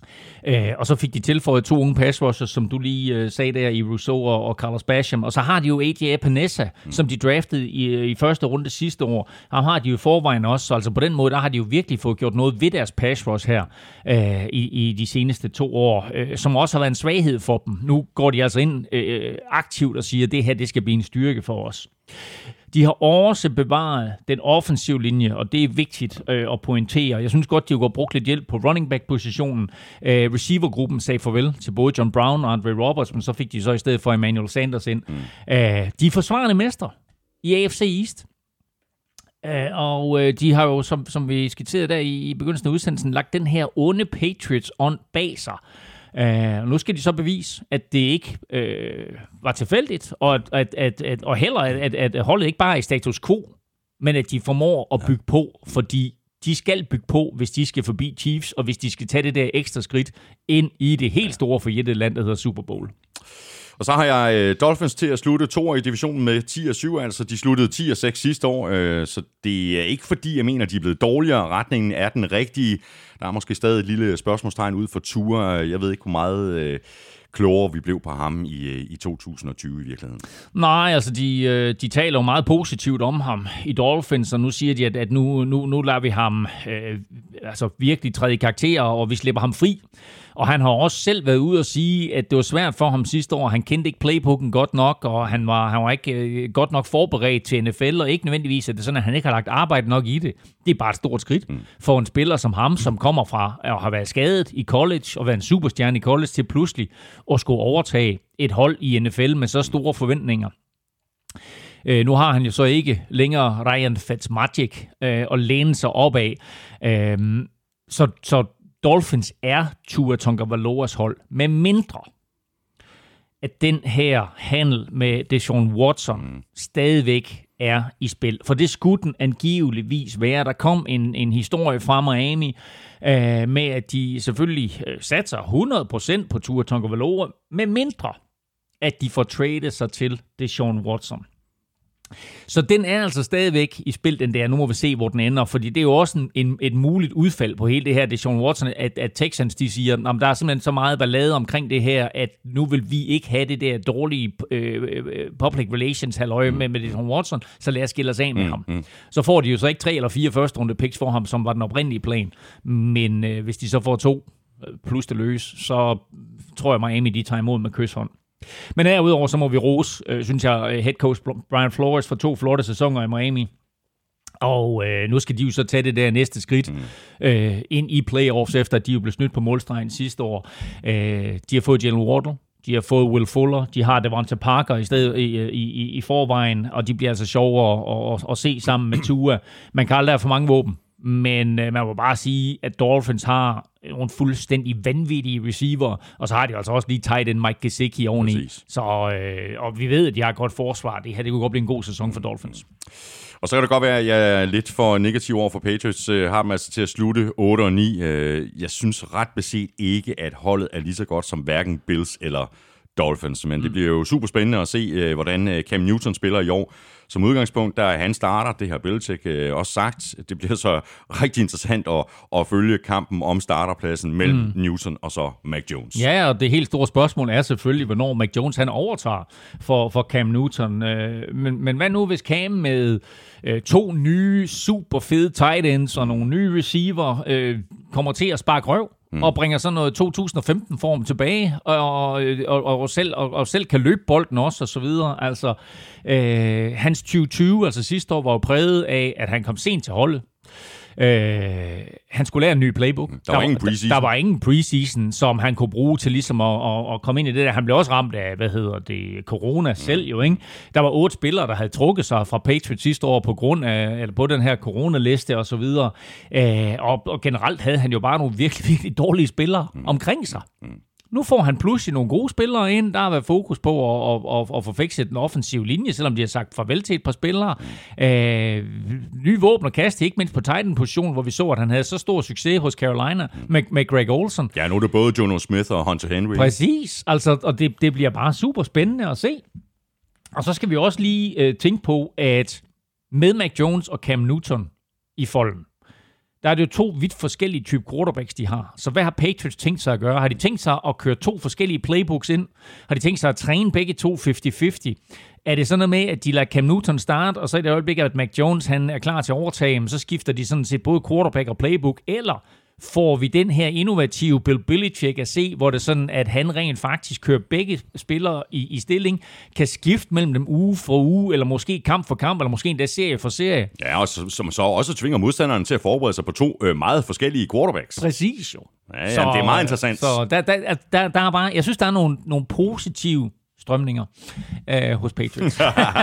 Øh, og så fik de tilføjet to unge pass rushers, som du lige øh, sagde der, i Rousseau og, og Carlos Basham. Og så har de jo A J Epinesa, mm. som de draftede i, i første runde sidste år. Ham har de jo i forvejen også, så altså på den måde, der har de jo virkelig fået gjort noget ved deres pass rush her øh, i, i de seneste to år, øh, som også har været en svaghed for dem. Nu går de altså ind øh, aktivt og siger, at det her det skal blive en styrke for os. De har også bevaret den offensive linje, og det er vigtigt øh, at pointere. Jeg synes godt, de har brugt lidt hjælp på running back-positionen. Øh, receivergruppen sagde farvel til både John Brown og Andre Roberts, men så fik de så i stedet for Emmanuel Sanders ind. Mm. Øh, de er forsvarende mestre i A F C East. Øh, og øh, de har jo, som, som vi skitserede der i, i begyndelsen af udsendelsen, lagt den her onde Patriots-ånd bag sig. Uh, nu skal de så bevise, at det ikke uh, var tilfældigt, og, at, at, at, at, og heller, at, at holdet ikke bare er i status quo, men at de formår at bygge på, fordi de skal bygge på, hvis de skal forbi Chiefs, og hvis de skal tage det der ekstra skridt ind i det helt store forjættede land, der hedder Super Bowl. Og så har jeg uh, Dolphins til at slutte to år i divisionen med ti og syv, altså de sluttede ti og seks sidste år, uh, så det er ikke fordi, jeg mener, de er blevet dårligere. Retningen er den rigtige. Der er måske stadig et lille spørgsmålstegn ud for Tua. Jeg ved ikke, hvor meget uh, klogere vi blev på ham i, i to tusind og tyve i virkeligheden. Nej, altså de, de taler jo meget positivt om ham i Dolphins, og nu siger de, at, at nu, nu, nu lader vi ham øh, altså virkelig træde i karakter, og vi slipper ham fri. Og han har også selv været ude og sige, at det var svært for ham sidste år. Han kendte ikke playbooken godt nok, og han var, han var ikke øh, godt nok forberedt til N F L, og ikke nødvendigvis at det sådan, at han ikke har lagt arbejde nok i det. Det er bare et stort skridt mm. for en spiller som ham, som kommer fra og har været skadet i college, og været en superstjerne i college, til pludselig at skulle overtage et hold i N F L med så store forventninger. Øh, nu har han jo så ikke længere Ryan Fitzmagic øh, at læne sig op af. Øh, så, så Dolphins er Tua Tagovailoas hold, med mindre at den her handel med Deshaun Watson mm. stadigvæk er i spil. For det skulle den angiveligvis være. Der kom en, en historie fra Miami øh, med, at de selvfølgelig øh, satser hundrede procent på Tua Tagovailoa, med mindre at de får tradet sig til Deshaun Watson. Så den er altså stadigvæk i spil, den der. Nu må vi se, hvor den ender, fordi det er jo også en, en, et muligt udfald på hele det her. Det er Deshaun Watson, at, at Texans, de siger, at der er simpelthen så meget ballade omkring det her, at nu vil vi ikke have det der dårlige øh, public relations halløje med, med Deshaun Watson, så lad os skille os af med mm, ham. Mm. Så får de jo så ikke tre eller fire første runde picks for ham, som var den oprindelige plan. Men øh, hvis de så får to plus det løs, så tror jeg, Miami de tager imod med kysshånd. Men herudover så må vi rose, øh, synes jeg, head coach Brian Flores for to flotte sæsoner i Miami. Og øh, nu skal de jo så tage det der næste skridt mm. øh, ind i playoffs, efter at de jo blev snydt på målstregen sidste år. Øh, de har fået Jalen Waddle, de har fået Will Fuller, de har Devonta Parker i, stedet, i, i, i forvejen, og de bliver altså sjovere at, at, at se sammen med Tua. Man kan aldrig have for mange våben, men øh, man må bare sige, at Dolphins har nogle fuldstændig vanvittige receiver, og så har de altså også lige tight end Mike Gesicki oveni. Præcis. Så, øh, og vi ved, at de har et godt forsvar. Det her det kunne godt blive en god sæson for Dolphins. Og så kan det godt være, at jeg er lidt for negativ over for Patriots. Jeg har dem altså til at slutte otte og ni. Jeg synes ret beset ikke, at holdet er lige så godt som hverken Bills eller Dolphins. Men mm. det bliver jo super spændende at se, hvordan Cam Newton spiller i år. Som udgangspunkt, der er han starter, det har Belichick også sagt. Det bliver så rigtig interessant at, at følge kampen om starterpladsen mellem mm. Newton og så Mac Jones. Ja, og det helt store spørgsmål er selvfølgelig, hvornår Mac Jones han overtager for, for Cam Newton. Men, men hvad nu, hvis Cam med to nye, super fede tight ends og nogle nye receiver øh, kommer til at sparke røv? Mm. Og bringer sådan noget to tusind og femten-form tilbage, og, og, og, selv, og, og selv kan løbe bolden også, og så videre. Altså, øh, hans tyve tyve, altså sidste år, var jo præget af, at han kom sent til holdet. Øh, han skulle lære en ny playbook. Der var, der, ingen preseason. Der, der var ingen preseason, som han kunne bruge til ligesom at, at, at komme ind i det der. Han blev også ramt af, hvad hedder det, corona mm. selv jo, ikke? Der var otte spillere, der havde trukket sig fra Patriots sidste år på grund af, eller på den her coronaliste og så videre. Øh, og, og generelt havde han jo bare nogle virkelig, virkelig dårlige spillere mm. omkring sig. Mm. Nu får han pludselig nogle gode spillere ind. Der har været fokus på at, at, at, at få fikset den offensive linje, selvom de har sagt farvel til et par spillere. Mm. Øh, nye våben og kast, ikke mindst på Titan-position, hvor vi så, at han havde så stor succes hos Carolina mm. med, med Greg Olsen. Ja, nu er det både Jono Smith og Hunter Henry. Præcis, altså, og det, det bliver bare super spændende at se. Og så skal vi også lige øh, tænke på, at med Mac Jones og Cam Newton i folden, der er det jo to vidt forskellige typer quarterbacks, de har. Så hvad har Patriots tænkt sig at gøre? Har de tænkt sig at køre to forskellige playbooks ind? Har de tænkt sig at træne begge to halvtreds halvtreds? Er det sådan noget med, at de lader Cam Newton starte, og så i det øjeblik, at Mac Jones han er klar til at overtage, så skifter de sådan set både quarterback og playbook, eller får vi den her innovative Bill Belichick at se, hvor det er sådan, at han rent faktisk kører begge spillere i, i stilling, kan skifte mellem dem uge for uge, eller måske kamp for kamp, eller måske endda serie for serie. Ja, og så, som så også tvinger modstanderne til at forberede sig på to øh, meget forskellige quarterbacks. Præcis jo. Ja, ja, så, det er meget interessant. Så der, der, der, der er bare, jeg synes, der er nogle, nogle positive strømninger øh, hos Patriots.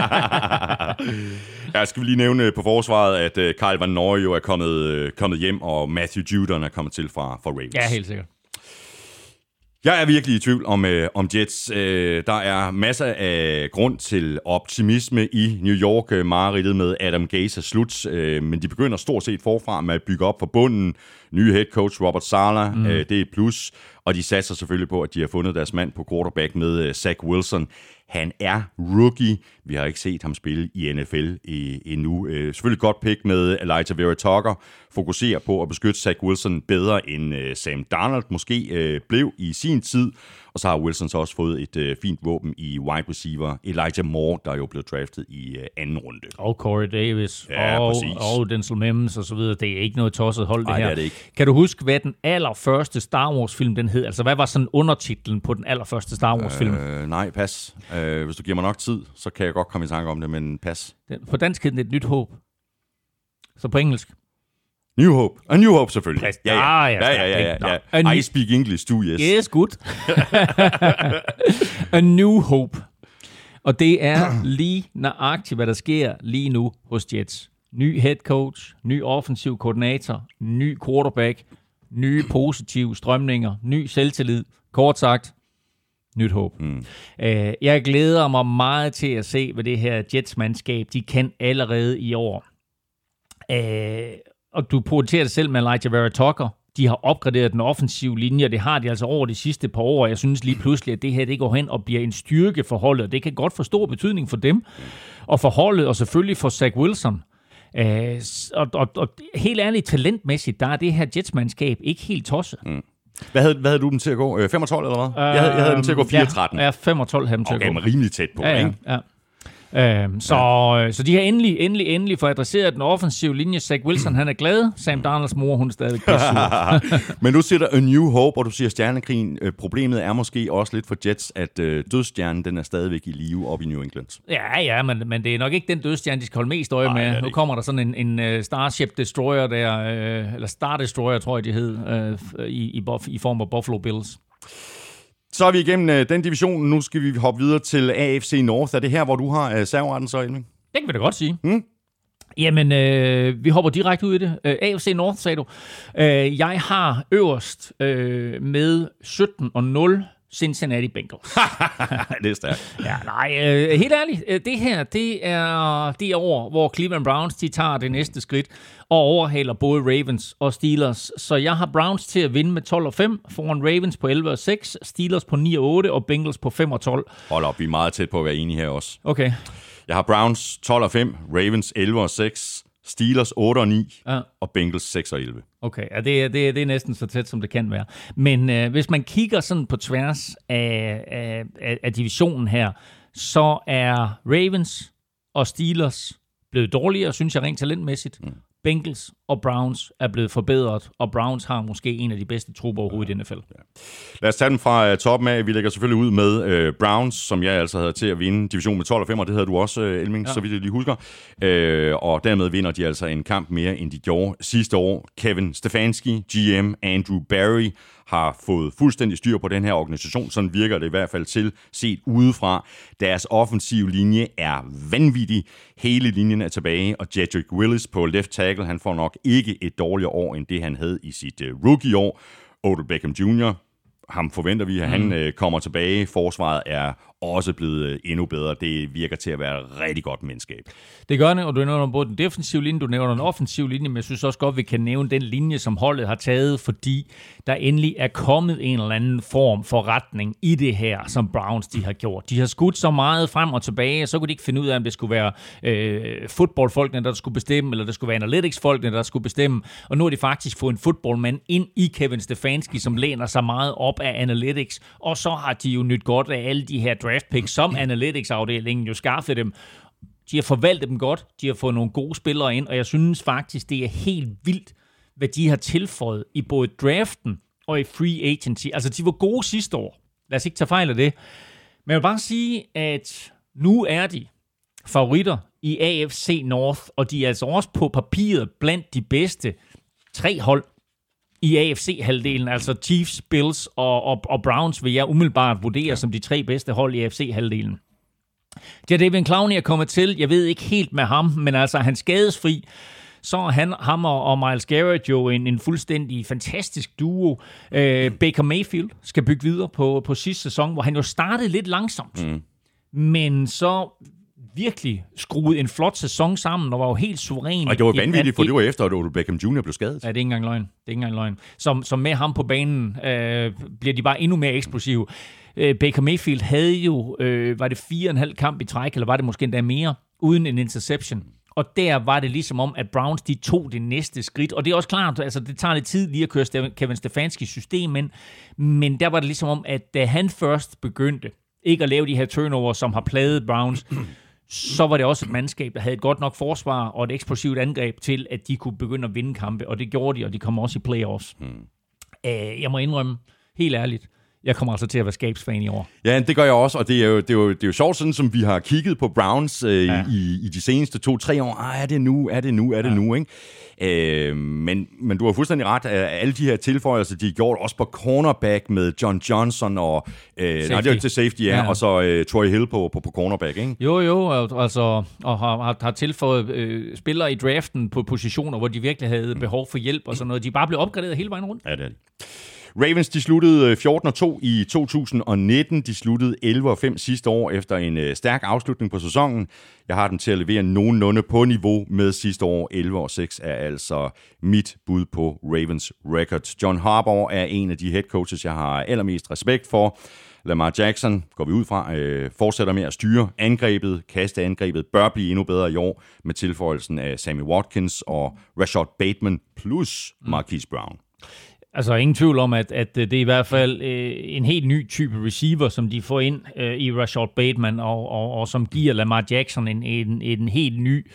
Ja, skal vi lige nævne på forsvaret, at uh, Kyle Van Noy jo er kommet, uh, kommet hjem, og Matthew Judon er kommet til fra, fra Ravens. Ja, helt sikkert. Jeg er virkelig i tvivl om, uh, om Jets. Uh, der er masser af grund til optimisme i New York. Uh, mareridtet med Adam Gase er slut, uh, men de begynder stort set forfra med at bygge op for bunden. Nye head coach Robert Saleh, mm. uh, det er et plus. Og de satser selvfølgelig på, at de har fundet deres mand på quarterback med uh, Zach Wilson. Han er rookie. Vi har ikke set ham spille i N F L endnu. Øh, selvfølgelig godt pick med Elijah Vera Tucker. Fokuserer på at beskytte Zach Wilson bedre end øh, Sam Darnold måske øh, blev i sin tid. Og så har Wilson så også fået et øh, fint våben i wide receiver Elijah Moore, der jo blev draftet i øh, anden runde. Og Corey Davis, ja, og, og Denzel Mims og så videre. Det er ikke noget tosset hold, det Ej, her. Det er det ikke. Kan du huske, hvad den allerførste Star Wars-film den hed? Altså, hvad var sådan undertitlen på den allerførste Star Wars-film? Øh, nej, pas. Øh, hvis du giver mig nok tid, så kan jeg godt komme i tanke om det, men pas. Den, på dansk hed den Et Nyt Håb. Så på engelsk. New Hope. A New Hope, selvfølgelig. Præst. Ja, ja, ja, ja, ja, ja, ja, ja. New... I speak English too, yes. Yes, good. A New Hope. Og det er lige nøjagtigt, hvad der sker lige nu hos Jets. Ny head coach, ny offensiv koordinator, ny quarterback, nye positive strømninger, ny selvtillid. Kort sagt, nyt håb. Mm. Uh, jeg glæder mig meget til at se, hvad det her Jets-mandskab, de kan allerede i år. Uh, og du pointerer det selv med Elijah Vera Tucker. De har opgraderet den offensive linje, og det har de altså over de sidste par år. Jeg synes lige pludselig, at det her det går hen og bliver en styrke for holdet. Det kan godt få stor betydning for dem, og for holdet, og selvfølgelig for Zach Wilson. Uh, og, og, og helt ærligt, talentmæssigt, der er det her Jets-mandskab ikke helt tosset. Mm. Hvad havde, hvad havde du den til at gå? fem og tolv eller hvad? Uh, jeg, havde, jeg havde den til at gå fire og tretten. Ja, fem og tolv havde den til okay, at gå. Okay, men rimelig tæt på, ja, ikke? Ja, ja. Øhm, så, ja. så de har endelig, endelig, endelig fået adresseret den offensive linje. Zach Wilson, han er glad. Sam Darnolds mor, hun er stadig sur. Men nu siger der A New Hope, og du siger stjernekrigen. Problemet er måske også lidt for Jets, at øh, dødstjernen, den er stadigvæk i live op i New England. Ja, ja, men, men det er nok ikke den dødstjerne, de skal holde mest øje Nej, med. Nu ikke. kommer der sådan en, en uh, Starship Destroyer der, uh, eller Star Destroyer, tror jeg, de hed, uh, i, i, i form af Buffalo Bills. Så er vi igennem øh, den division. Nu skal vi hoppe videre til A F C North. Er det her, hvor du har øh, serveretten så, Elming? Det kan vi da godt sige. Hmm? Jamen, øh, vi hopper direkte ud i det. Øh, A F C North, sagde du. Øh, jeg har øverst øh, med sytten og nul Cincinnati Bengals. Det er stærkt. Ja, nej, øh, helt ærligt. Øh, det her, det er det år, hvor Cleveland Browns, de tager det næste skridt og overhaler både Ravens og Steelers. Så jeg har Browns til at vinde med tolv og fem, foran Ravens på elleve og seks, Steelers på ni og otte og Bengals på fem og tolv. Hold op, vi er meget tæt på at være enige her også. Okay. Jeg har Browns tolv og fem, Ravens elleve og seks, Steelers otte og ni ja. og Bengals seks og elleve. Okay, ja, det, er, det, er, det er næsten så tæt, som det kan være. Men øh, hvis man kigger sådan på tværs af, af, af, af divisionen her, så er Ravens og Steelers blevet dårligere, synes jeg, rent talentmæssigt. Mm. Bengals og Browns er blevet forbedret, og Browns har måske en af de bedste trupper overhovedet i N F L. Ja. Lad os tage den fra uh, toppen af. Vi lægger selvfølgelig ud med uh, Browns, som jeg altså havde til at vinde division med tolv og fem, og det havde du også, uh, Elming, ja. Så vidt jeg lige husker. Uh, og dermed vinder de altså en kamp mere, end de gjorde sidste år. Kevin Stefanski, G M Andrew Barry, har fået fuldstændig styr på den her organisation. Sådan virker det i hvert fald til, set udefra. Deres offensive linje er vanvittig. Hele linjen er tilbage, og Jedrick Willis på left tackle, han får nok ikke et dårligere år, end det han havde i sit uh, rookie-år. Odell Beckham junior, ham forventer vi, at han mm. uh, kommer tilbage. Forsvaret er også blevet endnu bedre. Det virker til at være et rigtig godt mandskab. Det gør det, og du nævner både den defensive linje, du nævner den offensive linje, men jeg synes også godt, vi kan nævne den linje, som holdet har taget, fordi der endelig er kommet en eller anden form for retning i det her, som Browns de har gjort. De har skudt så meget frem og tilbage, så kunne de ikke finde ud af, om det skulle være øh, fodboldfolkene, der skulle bestemme, eller det skulle være analytics-folkene, der skulle bestemme. Og nu har de faktisk fået en fodboldmand ind i Kevin Stefanski, som læner sig meget op af analytics, og så har de jo nyt godt af alle de her draft picks, som analytics-afdelingen jo skaffede dem. De har forvaltet dem godt, de har fået nogle gode spillere ind, og jeg synes faktisk, det er helt vildt, hvad de har tilføjet i både draften og i free agency. Altså, de var gode sidste år. Lad os ikke tage fejl af det. Men jeg vil bare sige, at nu er de favoritter i A F C North, og de er altså også på papiret blandt de bedste tre hold i A F C-halvdelen, altså Chiefs, Bills og, og, og Browns, vil jeg umiddelbart vurdere som de tre bedste hold i A F C-halvdelen. Jadavion Clowney er kommet til, jeg ved ikke helt med ham, men altså han skadesfri, så er han, ham og Myles Garrett jo en, en fuldstændig fantastisk duo. Øh, Baker Mayfield skal bygge videre på, på sidste sæson, hvor han jo startede lidt langsomt, mm. men så virkelig skruede en flot sæson sammen, og var jo helt suveræn. Og det var vanvittigt, for det var efter, at Odell Beckham junior blev skadet. Ja, det er ikke engang løgn. Det er ikke engang løgn. Som, som med ham på banen øh, bliver de bare endnu mere eksplosive. Øh, Baker Mayfield havde jo, øh, var det fire og en halv kamp i træk, eller var det måske endda mere, uden en interception. Og der var det ligesom om, at Browns de tog det næste skridt. Og det er også klart, altså det tager lidt tid lige at køre Kevin Stefanskis system, men, men der var det ligesom om, at da han først begyndte ikke at lave de her turnover, som har plaget Browns, så var det også et mandskab, der havde et godt nok forsvar og et eksplosivt angreb til, at de kunne begynde at vinde kampe. Og det gjorde de, og de kom også i playoffs. Hmm. Uh, jeg må indrømme, helt ærligt, jeg kommer altså til at være skabsfan i år. Ja, det gør jeg også, og det er jo, det er jo, det er jo sjovt, sådan som vi har kigget på Browns øh, ja. i, i de seneste to-tre år. Ah, er det nu, er det nu, er det ja. nu, ikke? Øh, men, men du har fuldstændig ret. Alle de her tilføjelser, de er gjort også på cornerback med John Johnson og øh, nej, det er til safety, ja, ja. og så øh, Troy Hill på, på, på cornerback, ikke? Jo, jo, altså, og har, har tilføjet øh, spillere i draften på positioner, hvor de virkelig havde behov for hjælp og sådan noget. De bare blev opgraderet hele vejen rundt. Ja, det er det. Ravens, de sluttede fjorten og to i to tusind nitten. De sluttede elleve og fem sidste år efter en øh, stærk afslutning på sæsonen. Jeg har dem til at levere nogenlunde på niveau med sidste år. elleve og seks er altså mit bud på Ravens record. John Harbaugh er en af de head coaches, jeg har allermest respekt for. Lamar Jackson, går vi ud fra, øh, fortsætter med at styre angrebet. Kasteangrebet bør blive endnu bedre i år med tilføjelsen af Sammy Watkins og Rashad Bateman plus Marquise Brown. Altså ingen tvivl om, at, at det er i hvert fald øh, en helt ny type receiver, som de får ind øh, i Rashad Bateman, og, og, og som giver Lamar Jackson en, en, en helt ny...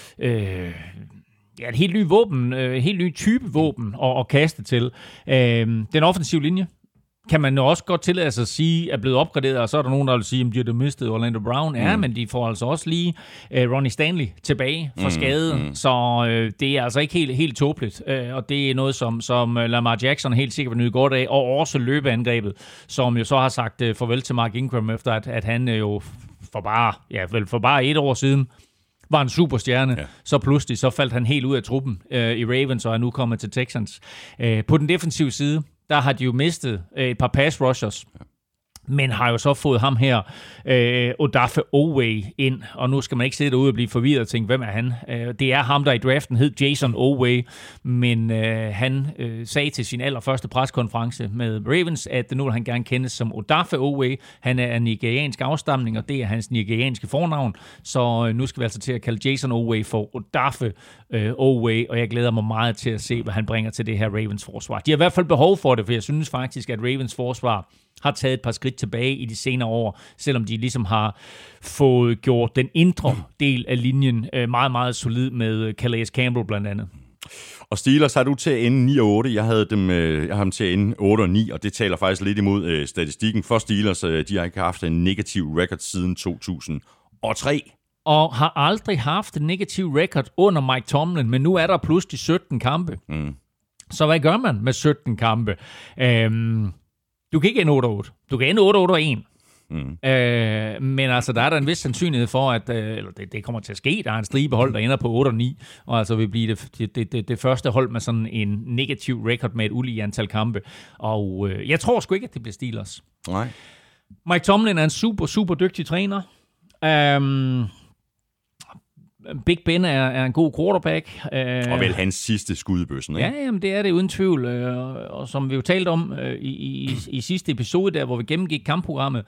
Øh, ja, et helt ny våben, øh, helt ny type våben at, at kaste til. Øh, den offensive linje kan man jo også godt tillade sig at sige, er blevet opgraderet, og så er der nogen, der vil sige, at de har mistet Orlando Brown. Ja, mm. men de får altså også lige uh, Ronnie Stanley tilbage fra mm. skade, mm. så uh, det er altså ikke helt, helt tåbeligt. Uh, og det er noget, som, som Lamar Jackson helt sikkert vil nyde godt af, og også løbeangrebet, som jo så har sagt uh, farvel til Mark Ingram, efter at, at han uh, jo for bare, ja, vel for bare et år siden var en superstjerne, ja. Så pludselig så faldt han helt ud af truppen uh, i Ravens, og er nu kommet til Texans. Uh, på den defensive side, der har de jo mistet øh, et par pass rushers, ja. Men har jo så fået ham her, øh, Odafe Oweh, ind, og nu skal man ikke sidde derude og blive forvirret og tænke, hvem er han? Øh, det er ham, der i draften hed Jason Oweh, men øh, han øh, sagde til sin allerførste preskonference med Ravens, at nu vil han gerne kendes som Odafe Oweh. Han er af nigeriansk afstamning, og det er hans nigerianske fornavn, så øh, nu skal vi altså til at kalde Jason Oweh for Odafe øh, Oweh, og jeg glæder mig meget til at se, hvad han bringer til det her Ravens forsvar. De har i hvert fald behov for det, for jeg synes faktisk, at Ravens forsvar har taget et par skridt tilbage i de senere år, selvom de ligesom har fået gjort den indre del af linjen meget, meget solid med Calais Campbell blandt andet. Og Steelers har du til at ende ni og otte. Jeg havde dem, jeg havde dem til at ende otte og ni, og det taler faktisk lidt imod øh, statistikken for Steelers. De har ikke haft en negativ record siden to tusind og tre. Og har aldrig haft en negativ record under Mike Tomlin, men nu er der pludselig sytten kampe. Mm. Så hvad gør man med sytten kampe? Øhm, Du kan ikke ende otte og otte. Du kan ende otte og en. Mm. Øh, men altså, der er der en vis sandsynlighed for, at øh, eller det, det kommer til at ske. Der er en stribehold, der ender på otte og ni, og altså vil blive det, det, det, det første hold med sådan en negativ record med et ulige antal kampe. Og øh, jeg tror sgu ikke, at det bliver Steelers. Nej. Mike Tomlin er en super, super dygtig træner. Um, Big Ben er, er en god quarterback. Uh, og vel hans sidste skudbøssen, ikke? Ja, jamen, det er det uden tvivl. Uh, og som vi jo talte om uh, i, i, i sidste episode, der hvor vi gennemgik kampprogrammet,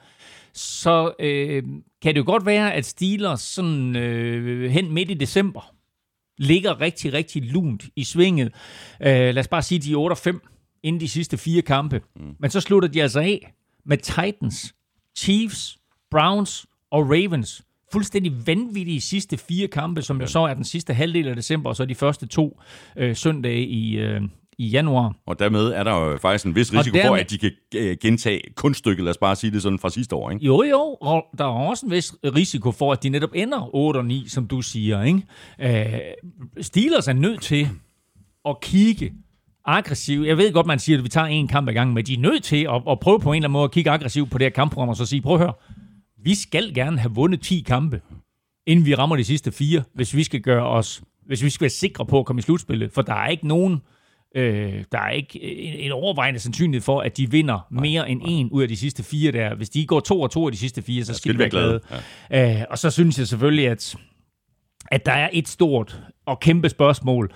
så uh, kan det jo godt være, at Steelers sådan, uh, hen midt i december ligger rigtig, rigtig lunt i svinget. Uh, lad os bare sige, de er otte og fem inden de sidste fire kampe. Mm. Men så slutter de altså af med Titans, Chiefs, Browns og Ravens. Fuldstændig vanvittige sidste fire kampe, som jo så er den sidste halvdel af december, og så de første to øh, søndage i, øh, i januar. Og dermed er der jo faktisk en vis risiko dermed, for, at de kan øh, gentage kunststykket, lad os bare sige det sådan fra sidste år, ikke? Jo, jo, og der er også en vis risiko for, at de netop ender otte og ni, som du siger, ikke? Øh, Steelers er nødt til at kigge aggressivt. Jeg ved godt, man siger, at vi tager en kamp ad gangen, men de er nødt til at, at prøve på en eller anden måde at kigge aggressivt på det her kampprogram, og så sige, prøv at høre, vi skal gerne have vundet ti kampe, inden vi rammer de sidste fire, hvis vi skal gøre os, hvis vi skal være sikre på at komme i slutspillet, for der er ikke nogen, øh, der er ikke en, en overvejende sandsynlighed for, at de vinder mere nej, end nej. en ud af de sidste fire der. Hvis de går to og to af de sidste fire, så skal de være glade. Ja. Øh, og så synes jeg selvfølgelig, at, at der er et stort og kæmpe spørgsmål,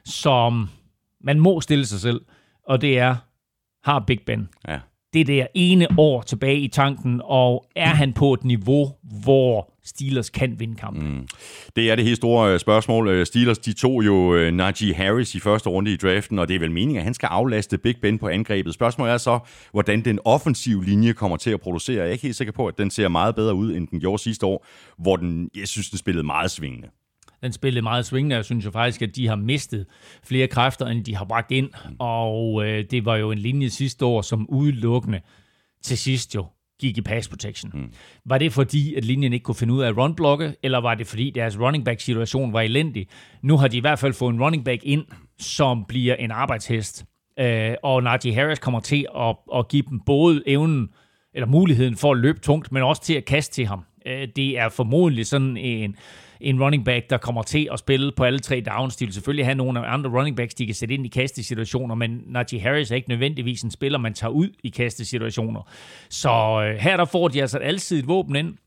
som man må stille sig selv, og det er, har Big Ben ja. det der ene år tilbage i tanken, og er han på et niveau, hvor Steelers kan vinde kampen? Mm. Det er det helt store spørgsmål. Steelers, de tog jo Najee Harris i første runde i draften, og det er vel meningen, at han skal aflaste Big Ben på angrebet. Spørgsmålet er så, hvordan den offensive linje kommer til at producere. Jeg er ikke helt sikker på, at den ser meget bedre ud, end den gjorde sidste år, hvor den, jeg synes, den spillede meget svingende. Den spillede meget svingende, og jeg synes jo faktisk, at de har mistet flere kræfter, end de har bragt ind. Og øh, det var jo en linje sidste år, som udelukkende til sidst jo gik i pass protection. Mm. Var det fordi, at linjen ikke kunne finde ud af at run-blokke, eller var det fordi, deres running back-situation var elendig? Nu har de i hvert fald fået en running back ind, som bliver en arbejdshest. Øh, og Najee Harris kommer til at, at give dem både evnen, eller muligheden for at løbe tungt, men også til at kaste til ham. Øh, det er formodentlig sådan en... en running back, der kommer til at spille på alle tre downs. De vil selvfølgelig have nogle andre running backs, de kan sætte ind i kastesituationer, men Najee Harris er ikke nødvendigvis en spiller, man tager ud i kastesituationer. Så øh, her der får de altså altid et våben ind,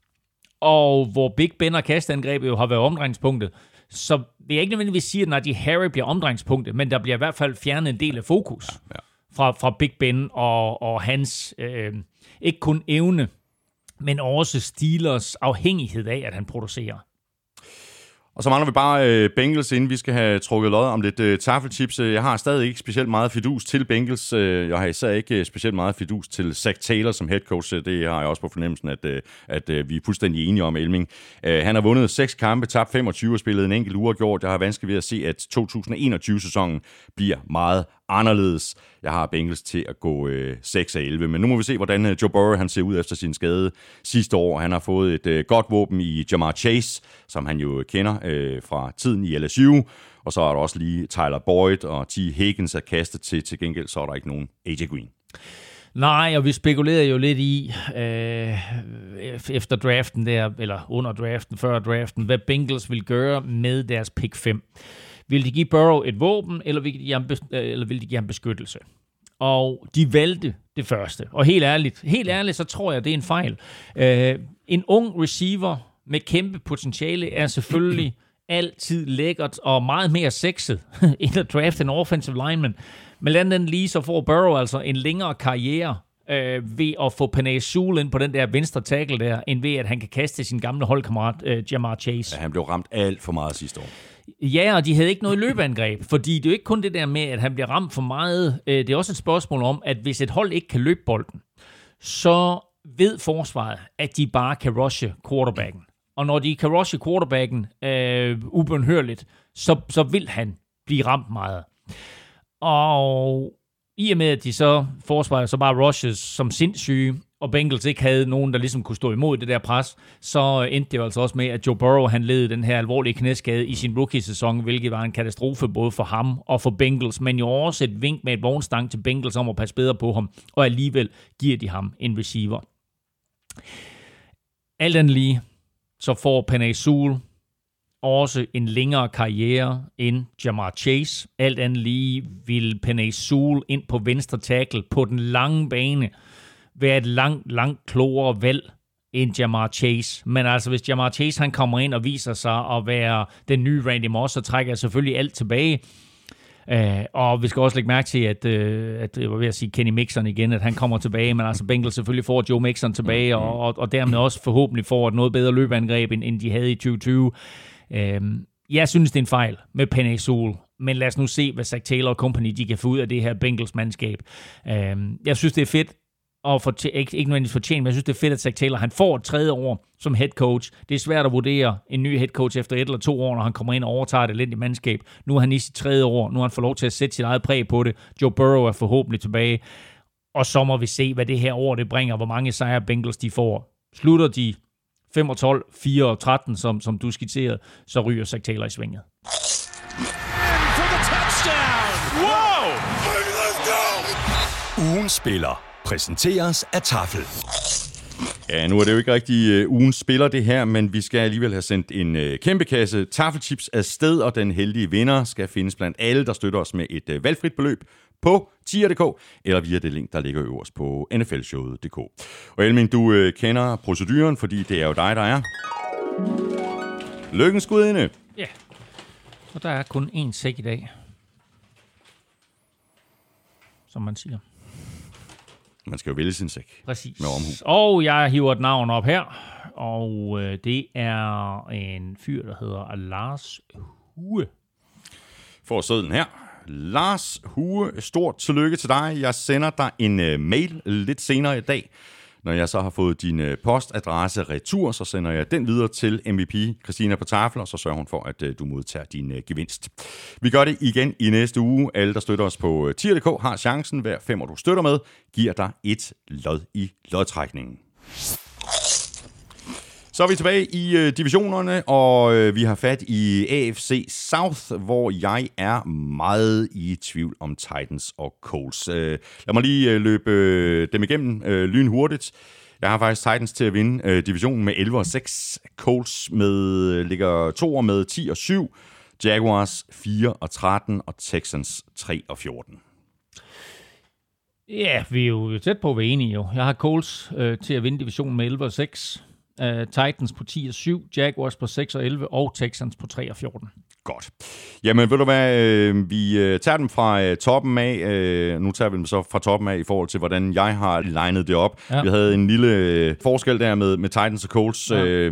og hvor Big Ben og kastangrebet jo har været omdrejningspunktet, så vil jeg ikke nødvendigvis sige, at Najee Harris bliver omdrejningspunktet, men der bliver i hvert fald fjernet en del af fokus ja, ja. Fra, fra Big Ben og, og hans øh, ikke kun evne, men også Steelers afhængighed af, at han producerer. Og så mangler vi bare øh, Bengals, inden vi skal have trukket lod om lidt øh, taffelchips. Jeg har stadig ikke specielt meget fidus til Bengals. Jeg har især ikke specielt meget fidus til Zach Taylor som head coach. Det har jeg også på fornemmelsen, at, at, at vi er fuldstændig enige om, Elming. Han har vundet seks kampe, tabt femogtyve og spillet en enkelt uafgjort. Jeg har vanskeligt ved at se, at to tusind og enogtyve-sæsonen bliver meget anderledes. Jeg har Bengals til at gå øh, seks af elleve, men nu må vi se, hvordan øh, Joe Burrow han ser ud efter sin skade sidste år. Han har fået et øh, godt våben i Jamar Chase, som han jo kender øh, fra tiden i L S U, og så er der også lige Tyler Boyd og T. Higgins at kaste til. Til gengæld så er der ikke nogen A J Green. Nej, og vi spekulerede jo lidt i, øh, efter draften der, eller under draften, før draften, hvad Bengals vil gøre med deres pick fem. Vil de give Burrow et våben, eller vil de give ham, eller vil de give ham beskyttelse? Og de valgte det første. Og helt ærligt, helt ærligt, så tror jeg, det er en fejl. Uh, en ung receiver med kæmpe potentiale er selvfølgelig altid lækkert og meget mere sexet end at drafte en offensive lineman. Men lad den lige, så får Burrow altså en længere karriere øh, ved at få Penei Sewell ind på den der venstre tackle der, end ved at han kan kaste sin gamle holdkammerat øh, Jamar Chase. Ja, han blev ramt alt for meget sidste år. Ja, og de havde ikke noget løbeangreb, fordi det er jo ikke kun det der med, at han bliver ramt for meget. Det er også et spørgsmål om, at hvis et hold ikke kan løbe bolden, så ved forsvaret, at de bare kan rushe quarterbacken. Og når de kan rushe quarterbacken øh, ubønhørligt, så, så vil han blive ramt meget. Og i og med, at de så forsvaret så bare rushes som sindssyge, og Bengals ikke havde nogen, der ligesom kunne stå imod det der pres, så endte det jo altså også med, at Joe Burrow han led den her alvorlige knæskade i sin rookie-sæson, hvilket var en katastrofe både for ham og for Bengals, men jo også et vink med et vognstang til Bengals om at passe bedre på ham, og alligevel giver de ham en receiver. Alt andet lige, så får Penei Sewell også en længere karriere end Jamar Chase. Alt andet lige vil Penei Sewell ind på venstre tackle på den lange bane være et langt, langt klogere valg end Jamar Chase. Men altså, hvis Jamar Chase han kommer ind og viser sig at være den nye Randy Moss, så trækker jeg selvfølgelig alt tilbage. Uh, og vi skal også lægge mærke til, at, uh, at jeg var ved at sige Kenny Mixon igen, at han kommer tilbage, men altså Bengals selvfølgelig får Joe Mixon tilbage, og, og, og dermed også forhåbentlig får et noget bedre løbeangreb, end, end de havde i tyve tyve. Uh, jeg synes, det er en fejl med Penei Sewell, men lad os nu se, hvad Zach Taylor og company de kan få ud af det her Bengals-mandskab. Uh, jeg synes, det er fedt, og for, ikke, ikke nødvendigvis fortjent, men jeg synes, det er fedt, at Zach Taylor han får et tredje år som head coach. Det er svært at vurdere en ny head coach efter et eller to år, når han kommer ind og overtager et elendigt mandskab. Nu er han i sit tredje år. Nu har han fået lov til at sætte sit eget præg på det. Joe Burrow er forhåbentlig tilbage. Og så må vi se, hvad det her år det bringer, hvor mange sejre Bengals de får. Slutter de fem og tolv, fire og tretten, som, som du skitserede, så ryger Zach Taylor i svinget. Wow! Ugens spiller præsenteres af Tafel. Ja, nu er det jo ikke rigtig uh, ugens spiller det her, men vi skal alligevel have sendt en uh, kæmpe kasse Tafelchips afsted, og den heldige vinder skal findes blandt alle, der støtter os med et uh, valgfrit beløb på tier punktum d k eller via det link, der ligger øverst på n f l showet punktum d k. Og Elming, du uh, kender proceduren, fordi det er jo dig, der er lykkens gudinde. Ja, og der er kun én sæk i dag, som man siger. Man skal jo vælge sin sæk. Præcis. Med omhu. Og jeg hiver et navn op her, og øh, det er en fyr, der hedder Lars Hue. For sædlen her. Lars Hue, stort tillykke til dig. Jeg sender dig en uh, mail lidt senere i dag. Når jeg så har fået din uh, postadresse retur, så sender jeg den videre til M V P Christina på Tafel, og så sørger hun for, at uh, du modtager din uh, gevinst. Vi gør det igen i næste uge. Alle, der støtter os på uh, tier punktum d k, har chancen. Hver femmer, du støtter med, giver dig et lod i lodtrækningen. Så er vi tilbage i øh, divisionerne, og øh, vi har fat i A F C South, hvor jeg er meget i tvivl om Titans og Colts. Øh, lad mig lige øh, løbe øh, dem igennem øh, lynhurtigt. Jeg har faktisk Titans til at vinde øh, divisionen med elleve og seks. Colts med, øh, ligger toer med ti og syv. Jaguars fire og tretten, og Texans tre og fjorten. Ja, vi er jo tæt på at være enige jo. Jeg har Colts øh, til at vinde divisionen med elleve og seks. Uh, Titans på ti og syv, Jaguars på seks og elleve og Texans på tre og fjorten. Godt. Jamen, ved du hvad, øh, vi øh, tager dem fra øh, toppen af. Øh, nu tager vi dem så fra toppen af i forhold til, hvordan jeg har legnet det op. Ja. Vi havde en lille øh, forskel der med, med Titans og Colts. Ja. Øh,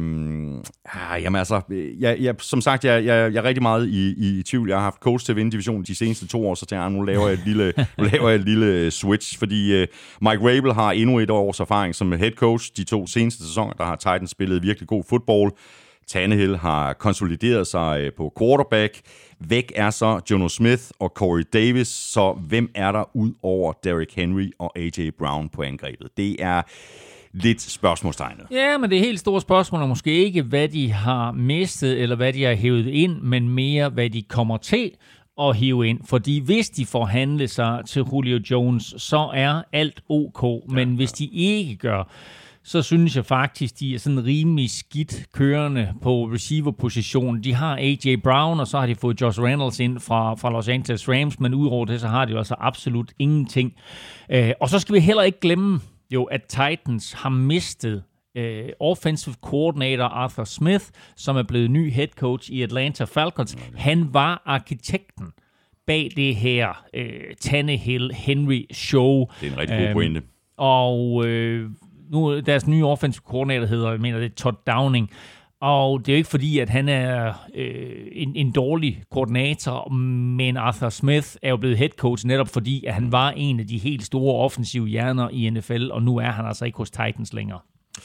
ah, jamen altså, jeg, jeg, som sagt, jeg, jeg, jeg er rigtig meget i, i, i tvivl. Jeg har haft Colts til at vinde divisionen de seneste to år, så tænker jeg, nu laver jeg et lille, nu laver jeg et lille switch, fordi øh, Mike Vrabel har endnu et års erfaring som head coach. De to seneste sæsoner, der har Titans spillet virkelig god fodbold. Tannehill har konsolideret sig på quarterback. Væk er så Jono Smith og Corey Davis, så hvem er der ud over Derrick Henry og A J Brown på angrebet? Det er lidt spørgsmålstegnet. Ja, men det er helt store spørgsmål, og måske ikke, hvad de har mistet, eller hvad de har hævet ind, men mere, hvad de kommer til at hive ind. Fordi hvis de får handlet sig til Julio Jones, så er alt ok, men ja, hvis de ikke gør, så synes jeg faktisk, de er sådan rimelig skidt kørende på receiver-positionen. De har A J Brown, og så har de fået Josh Reynolds ind fra, fra Los Angeles Rams, men udover det, så har de jo altså absolut ingenting. Øh, og så skal vi heller ikke glemme, jo, at Titans har mistet øh, offensive coordinator Arthur Smith, som er blevet ny head coach i Atlanta Falcons. Han var arkitekten bag det her øh, Tannehill-Henry-show. Det er en rigtig god pointe. Øh, og øh, nu deres nye offensive coordinator hedder, jeg mener det er Todd Downing, og det er jo ikke fordi, at han er øh, en, en dårlig koordinator, men Arthur Smith er jo blevet head coach netop fordi, at han var en af de helt store offensive hjerner i N F L, og nu er han altså ikke hos Titans længere.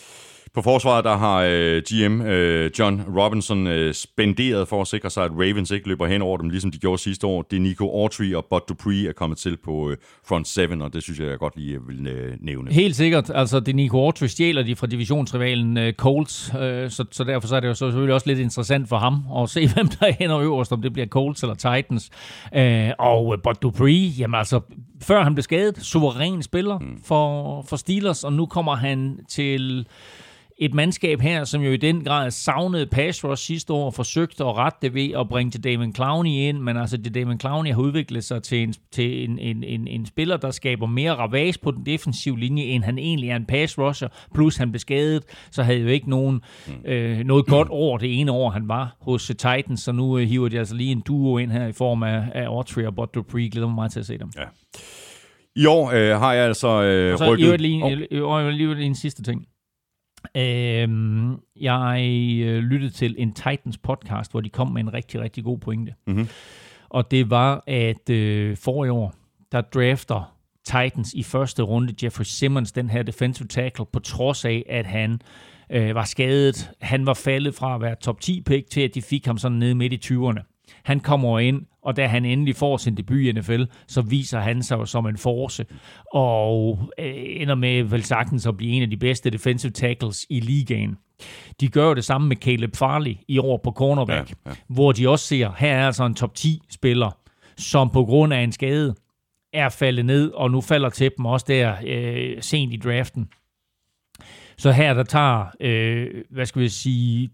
På forsvaret, der har øh, G M øh, John Robinson øh, spenderet for at sikre sig, at Ravens ikke løber hen over dem, ligesom de gjorde sidste år. Det er Nico Autry og Bud Dupree er kommet til på øh, front syv, og det synes jeg, jeg godt lige vil øh, nævne. Helt sikkert. Altså, det Nico Autry stjæler de fra divisionsrivalen øh, Colts, øh, så, så derfor så er det jo så selvfølgelig også lidt interessant for ham at se, hvem der ender øverst, om det bliver Colts eller Titans. Øh, og Bud Dupree, jamen altså, før han blev skadet, suveræn spiller mm. for, for Steelers, og nu kommer han til et mandskab her, som jo i den grad savnede pass rush sidste år, forsøgte at rette det ved at bringe til David Clowney ind, men altså det David Clowney har udviklet sig til, en, til en, en, en, en spiller, der skaber mere ravage på den defensive linje, end han egentlig er en pass rusher, plus han blev skadet, så havde jo ikke nogen, øh, noget godt år det ene år, han var hos Titans, så nu øh, hiver de altså lige en duo ind her i form af, af Autry og Bud Dupree. Glæder mig meget til at se dem. Ja. I år øh, har jeg altså øh, så rykket... Lige, oh. lige, lige en sidste ting. Øhm, jeg øh, lyttede til en Titans podcast, hvor de kom med en rigtig, rigtig god pointe. Mm-hmm. Og det var, at øh, forrige år, der drafter Titans i første runde Jeffrey Simmons, den her defensive tackle, på trods af, at han øh, var skadet. Han var faldet fra at være top ti pick til, at de fik ham sådan nede midt i tyverne. Han kommer ind, og da han endelig får sin debut i N F L, så viser han sig som en force, og øh, ender med vel sagtens at blive en af de bedste defensive tackles i ligaen. De gør jo det samme med Caleb Farley i år på cornerback, ja, ja. Hvor de også ser, her er altså en top ti-spiller, som på grund af en skade er faldet ned, og nu falder til dem også der øh, sent i draften. Så her der tager, øh, hvad skal vi sige,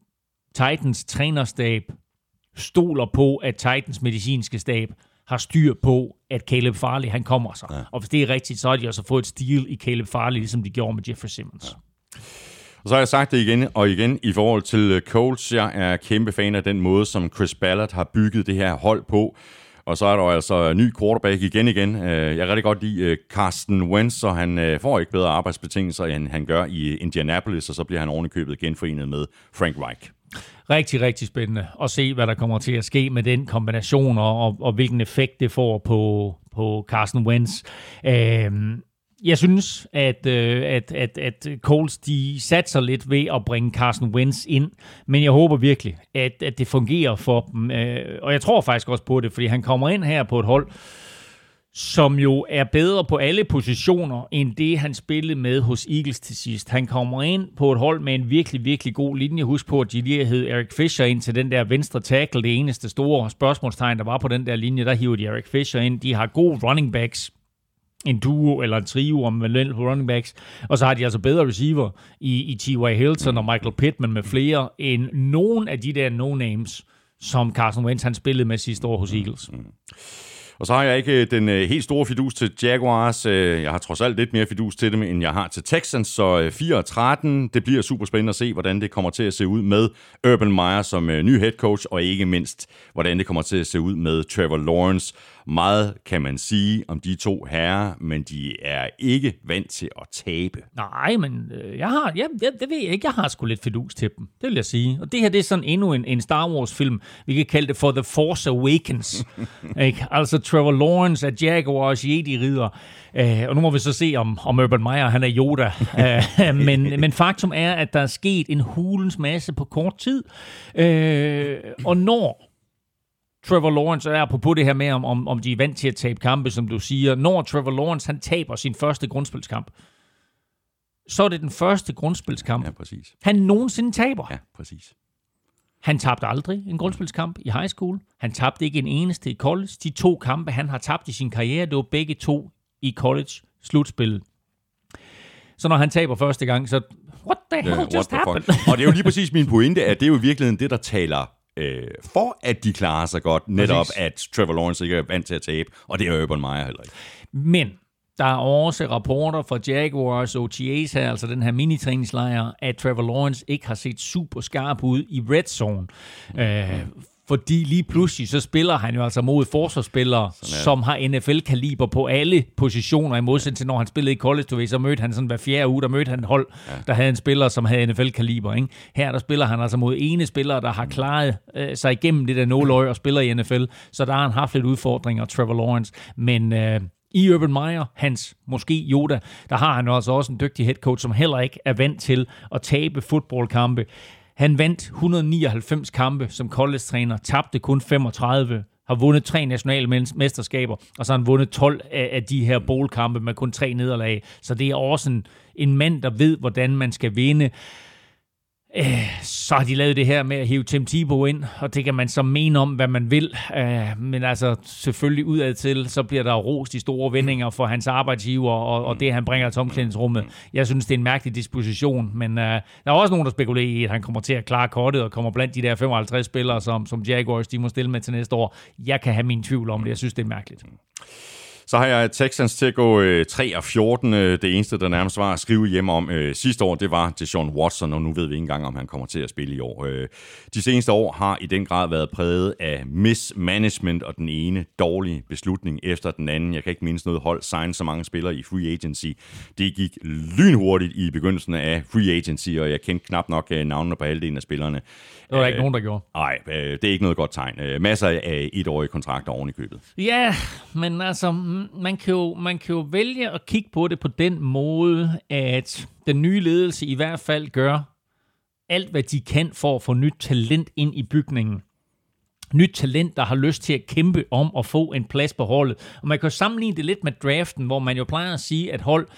Titans trænerstab stoler på, at Titans medicinske stab har styr på, at Caleb Farley, han kommer sig. Ja. Og hvis det er rigtigt, så har de også fået et steal i Caleb Farley, ligesom de gjorde med Jeffrey Simmons. Ja. Og så har jeg sagt det igen og igen i forhold til Colts. Jeg er kæmpe fan af den måde, som Chris Ballard har bygget det her hold på. Og så er der altså ny quarterback igen igen. Jeg kan rigtig godt lide Carson Wentz, og han får ikke bedre arbejdsbetingelser, end han gør i Indianapolis, og så bliver han ovenikøbet genforenet med Frank Reich. Rigtig, rigtig spændende at se, hvad der kommer til at ske med den kombination, og, og, og hvilken effekt det får på, på Carson Wentz. Øhm, jeg synes, at, øh, at, at, at Colts de satser lidt ved at bringe Carson Wentz ind, men jeg håber virkelig, at, at det fungerer for dem. Øh, og jeg tror faktisk også på det, fordi han kommer ind her på et hold, som jo er bedre på alle positioner, end det han spillede med hos Eagles til sidst. Han kommer ind på et hold med en virkelig, virkelig god linje. Husk på, at de lige hed Eric Fisher ind til den der venstre tackle. Det eneste store spørgsmålstegn, der var på den der linje, der hiver de Eric Fisher ind. De har gode running backs. En duo eller en trio om med running backs. Og så har de altså bedre receiver i, i T Y. Hilton og Michael Pittman med flere end nogen af de der no-names, som Carson Wentz han spillede med sidste år hos Eagles. Og så har jeg ikke den helt store fidus til Jaguars. Jeg har trods alt lidt mere fidus til dem, end jeg har til Texans. Så fire og tretten, det bliver super spændende at se, hvordan det kommer til at se ud med Urban Meyer som ny head coach, og ikke mindst, hvordan det kommer til at se ud med Trevor Lawrence. Meget kan man sige om de to herrer, men de er ikke vant til at tabe. Nej, men øh, jeg har, ja, det, det ved jeg ikke. Jeg har sgu lidt fidus til dem. Det vil jeg sige. Og det her, det er sådan endnu en, en Star Wars-film. Vi kan kalde det for The Force Awakens. Ikke? Altså Trevor Lawrence af Jaguars Jedi-ridder. Uh, og nu må vi så se, om, om Urban Meyer han er Yoda. Uh, men, men faktum er, at der er sket en hulens masse på kort tid. Uh, og når Trevor Lawrence er på det her med, om, om, om de er vant til at tabe kampe, som du siger. Når Trevor Lawrence han taber sin første grundspilskamp, så er det den første grundspilskamp, ja, præcis. han nogensinde taber. Ja, præcis. Han tabte aldrig en grundspilskamp i high school. Han tabte ikke en eneste i college. De to kampe, han har tabt i sin karriere, det var begge to i college-slutspillet. Så når han taber første gang, så what the hell yeah, just happened? Og det er jo lige præcis min pointe, at det er jo i virkeligheden det, der taler øh, for, at de klarer sig godt. Netop, præcis. At Trevor Lawrence ikke er vant til at tabe, og det er Urban Meyer heller ikke. Men der er også rapporter fra Jaguars O T A's her, altså den her minitræningslejr, at Trevor Lawrence ikke har set super skarp ud i red zone. Øh, fordi lige pludselig så spiller han jo altså mod forsvarsspillere, som har N F L-kaliber på alle positioner, i modsætning til når han spillede i college, du ved, så mødte han sådan hver fjerde uge, der mødte han et hold, ja. Der havde en spiller, som havde N F L-kaliber. Ikke? Her der spiller han altså mod ene spillere, der har klaret øh, sig igennem det der nåløje og spiller i N F L, så der har han haft lidt udfordringer, Trevor Lawrence, men Øh, i Urban Meyer, hans måske Yoda, der har han altså også en dygtig head coach, som heller ikke er vant til at tabe fodboldkampe. Han vandt et hundrede nioghalvfems kampe som college-træner, tabte kun femogtredive, har vundet tre nationale mesterskaber, og så har han vundet tolv af, af de her bowl-kampe med kun tre nederlag. Så det er også en, en mand, der ved, hvordan man skal vinde. Så har de lavet det her med at hive Tim Tebow ind, og det kan man så mene om, hvad man vil. Men altså selvfølgelig udadtil, så bliver der rost de store vendinger for hans arbejdsgiver, og, og det, han bringer til omklædningsrummet. Jeg synes, det er en mærkelig disposition, men uh, der er også nogen, der spekulerer i, at han kommer til at klare kortet, og kommer blandt de der femoghalvtreds spillere, som, som Jaguars de må stille med til næste år. Jeg kan have mine tvivl om det. Jeg synes, det er mærkeligt. Så har jeg Texans til at gå øh, tre og fjorten. Det eneste, der nærmest var at skrive hjem om øh, sidste år, det var Deshaun Watson, og nu ved vi ikke engang, om han kommer til at spille i år. Øh, de seneste år har i den grad været præget af mismanagement og den ene dårlige beslutning efter den anden. Jeg kan ikke mindst noget hold signe så mange spillere i free agency. Det gik lynhurtigt i begyndelsen af free agency, og jeg kendte knap nok øh, navnene på halvdelen af spillerne. Det var der øh, ikke nogen, der gjorde. Nej, øh, det er ikke noget godt tegn. Øh, masser af etårige kontrakter oven i købet. Ja, men altså, man kan, jo, man kan jo vælge at kigge på det på den måde, at den nye ledelse i hvert fald gør alt, hvad de kan for at få nyt talent ind i bygningen. Nyt talent, der har lyst til at kæmpe om at få en plads på holdet. Og man kan jo sammenligne det lidt med draften, hvor man jo plejer at sige, at hold,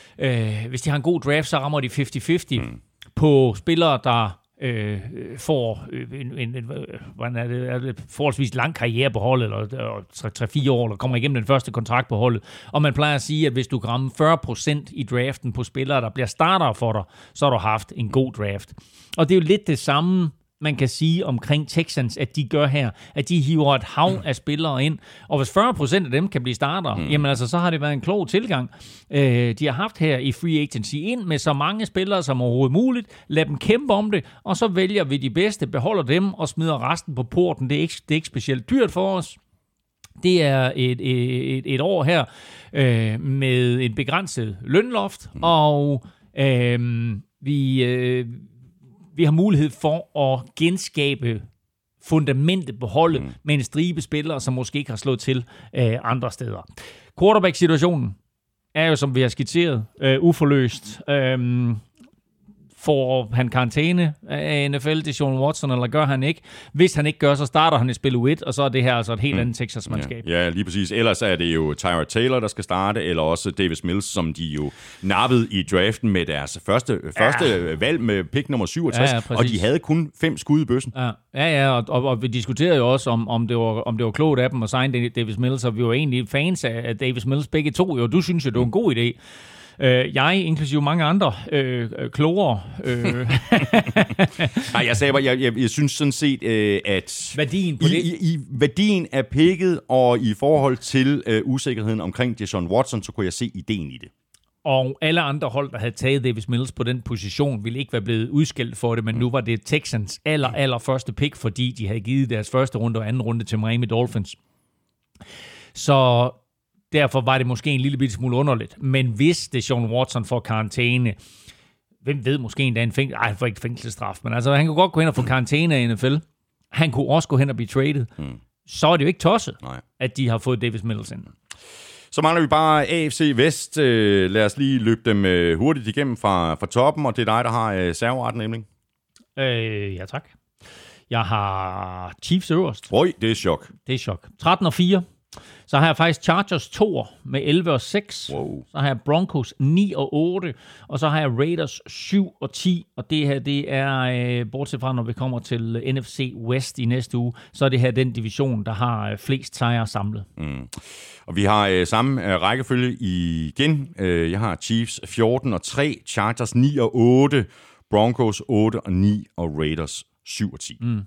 øh, hvis de har en god draft, så rammer de halvtreds halvtreds mm. på spillere, der Øh, får en, en, en hvordan er det, er det forholdsvis lang karriere på holdet, eller tre fire år, eller kommer igennem den første kontrakt på holdet. Og man plejer at sige, at hvis du kan ramme fyrre procent i draften på spillere, der bliver startere for dig, så har du haft en god draft. Og det er jo lidt det samme, man kan sige omkring Texans, at de gør her, at de hiver et hav af spillere ind, og hvis fyrre procent af dem kan blive startere, mm. jamen altså, så har det været en klog tilgang, øh, de har haft her i free agency, ind med så mange spillere som overhovedet muligt, lad dem kæmpe om det, og så vælger vi de bedste, beholder dem og smider resten på porten. Det er ikke, det er ikke specielt dyrt for os. Det er et, et, et år her øh, med en begrænset lønloft, mm. og øh, vi... Øh, Vi har mulighed for at genskabe fundamentet på holdet mm. med en stribe spillere, som måske ikke har slået til øh, andre steder. Quarterback-situationen er jo, som vi har skitseret, øh, uforløst. Øhm, får han karantæne af N F L, Deshaun Watson, eller gør han ikke? Hvis han ikke gør, så starter han i spil U et, og så er det her altså et helt mm. andet Texas-mandskab. Ja, ja, lige præcis. Ellers er det jo Tyrod Taylor, der skal starte, eller også Davis Mills, som de jo nappede i draften med deres første, ja. første valg med pick nummer syvogtres, ja, ja, og de havde kun fem skud i bøssen. Ja, ja, ja og, og, og vi diskuterede jo også, om, om, det var, om det var klogt af dem at signe Davis Mills, og vi var egentlig fans af Davis Mills begge to. Jo, du synes jo, det var en god idé. Øh, jeg, inklusive mange andre, øh, klogere. Øh. Nej, jeg sagde bare, jeg, jeg, jeg synes sådan set, øh, at værdien, på i, det. I, i, værdien af picket, og i forhold til øh, usikkerheden omkring Deshaun Watson, så kunne jeg se ideen i det. Og alle andre hold, der havde taget Davis Mills på den position, ville ikke være blevet udskældt for det, men nu var det Texans aller, aller første pick, fordi de havde givet deres første runde og anden runde til Miami Dolphins. Så derfor var det måske en lille bitte smule underligt. Men hvis Deshaun Watson får karantæne, hvem ved, måske endda en fængsel... Ej, han får ikke fængselsstraf, men altså, han kunne godt gå hen og få karantæne i N F L. Han kunne også gå hen og blive traded. Mm. Så er det jo ikke tosset, Nej. at de har fået Davis Mills ind. Så mangler vi bare A F C Vest. Lad os lige løbe dem hurtigt igennem fra, fra toppen, og det er dig, der har serveretten, nemlig. Øh, ja, tak. Jeg har Chiefs øverst. Røj, det er chok. Det er chok. tretten og fire. Så har jeg faktisk Chargers to med elleve og seks. Wow. Så har jeg Broncos ni og otte. Og så har jeg Raiders syv og ti. Og det her, det er, øh, bortset fra når vi kommer til N F C West i næste uge, så er det her den division, der har øh, flest sejre samlet. Mm. Og vi har øh, samme øh, rækkefølge igen. Øh, jeg har Chiefs fjorten og tre, Chargers ni og otte, Broncos otte og ni og Raiders syv og ti. Mm.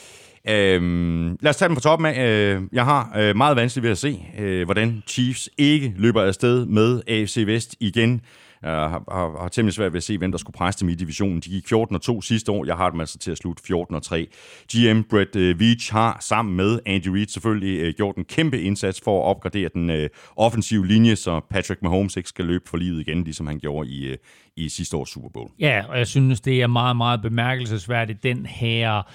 Øhm, lad os tage den fra toppen af. Øh, jeg har øh, meget vanskeligt ved at se, øh, hvordan Chiefs ikke løber afsted med A F C Vest igen. Jeg har, har, har temmelig svært ved at se, hvem der skulle presse dem i divisionen. De gik fjorten og to sidste år. Jeg har dem altså til at slutte fjorten og tre. G M Brett øh, Veach har sammen med Andy Reid selvfølgelig øh, gjort en kæmpe indsats for at opgradere den øh, offensive linje, så Patrick Mahomes ikke skal løbe for livet igen, ligesom han gjorde i, øh, i sidste års Super Bowl. Ja, og jeg synes, det er meget, meget bemærkelsesværdigt, den her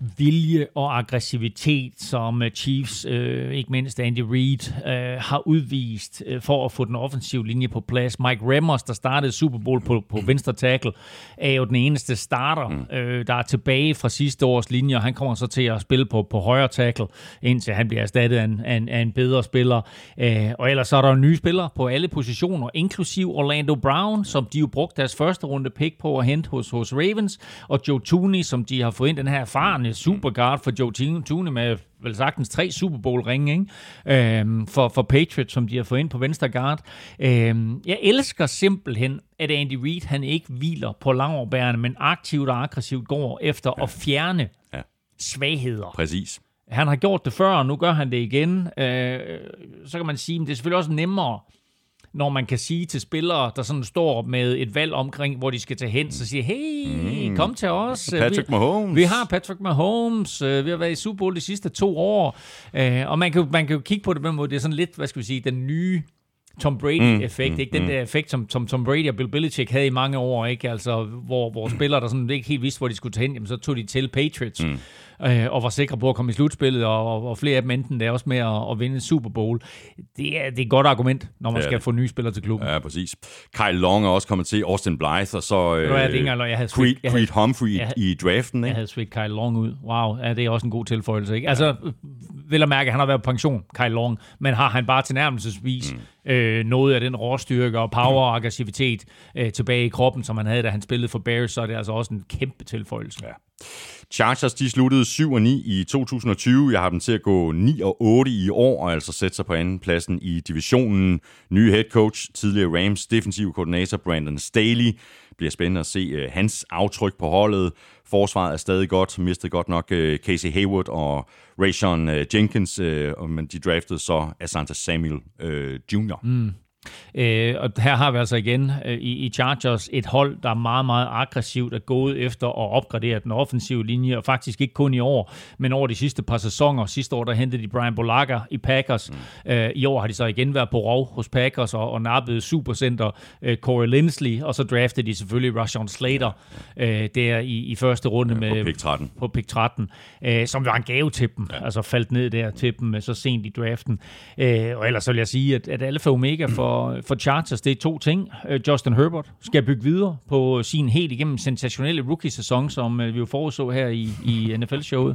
vilje og aggressivitet, som Chiefs, øh, ikke mindst Andy Reid, øh, har udvist øh, for at få den offensive linje på plads. Mike Remmers, der startede Super Bowl på, på venstre tackle, er jo den eneste starter, mm. øh, der er tilbage fra sidste års linje, og han kommer så til at spille på, på højre tackle, indtil han bliver erstattet af en, af en, af en bedre spiller. Øh, og ellers så er der nye spillere på alle positioner, inklusiv Orlando Brown, som de jo brugte deres første runde pick på at hente hos, hos Ravens, og Joe Thuney, som de har fået ind, den her erfarne superguard for Joe Thuney med vel sagtens tre Super Bowl-ringe, ikke? Øhm, for, for Patriots, som de har fået ind på venstre guard. Øhm, jeg elsker simpelthen, at Andy Reid, han ikke hviler på laurbærrene, men aktivt og aggressivt går efter ja. at fjerne ja. svagheder. Præcis. Han har gjort det før, og nu gør han det igen. Øh, så kan man sige, at det er selvfølgelig også nemmere, når man kan sige til spillere, der sådan står med et valg omkring, hvor de skal tage hen, så siger, hey, mm. kom til os. Patrick vi, Mahomes. Vi har Patrick Mahomes. Vi har været i Super Bowl de sidste to år. Og man kan, man kan jo kigge på det på den måde. Det er sådan lidt, hvad skal vi sige, den nye Tom Brady-effekt, mm, ikke? Den mm. der effekt, som, som Tom Brady og Bill Belichick havde i mange år, ikke? Altså, hvor, hvor spillere, der sådan ikke helt vidste, hvor de skulle tage hen, jamen, så tog de til Patriots, mm. øh, og var sikre på at komme i slutspillet, og, og flere af dem enten der også med at, at vinde Super Bowl. Det er, det er et godt argument, når man skal det. få nye spillere til klubben. Ja, præcis. Kyle Long er også kommet til, Austin Blythe, og så øh, jeg engang, jeg havde Creed, jeg havde, Creed Humphrey jeg havde, i draften. Ikke? Jeg havde svidt Kyle Long ud. Wow, ja, det er også en god tilføjelse. Ikke? Altså, vil at mærke, at han har været på pension, Kyle Long, men har han bare tilnærmelsesvis mm. øh, noget af den råstyrke og power og aggressivitet øh, tilbage i kroppen, som han havde, da han spillede for Bears, så er det altså også en kæmpe tilføjelse. Ja. Chargers, de sluttede syv og ni i to tusind og tyve. Jeg har dem til at gå ni og otte i år, og altså sætte sig på anden pladsen i divisionen. Nye head coach, tidligere Rams defensive koordinator Brandon Staley. Bliver spændende at se uh, hans aftryk på holdet. Forsvaret er stadig godt, mistede godt nok uh, Casey Hayward og Rayshon uh, Jenkins, uh, men de draftede så Asante Samuel uh, junior Mm. Øh, og her har vi altså igen øh, i, i Chargers et hold, der er meget, meget aggressivt er gået efter at opgradere den offensive linje, og faktisk ikke kun i år, men over de sidste par sæsoner. Sidste år, der hentede de Brian Bulaga i Packers. Mm. Øh, I år har de så igen været på rov hos Packers og, og nappede supercenter øh, Corey Linsley, og så draftede de selvfølgelig Rashawn Slater øh, der i, i første runde med, på pick tretten, på pick tretten øh, som var en gave til dem, ja. altså faldt ned der til dem så sent i draften. Øh, og ellers vil jeg sige, at, at Alfa Omega for For Chargers, det er to ting. Justin Herbert skal bygge videre på sin helt igennem sensationelle rookie-sæson, som vi jo forudså her i, i N F L-showet.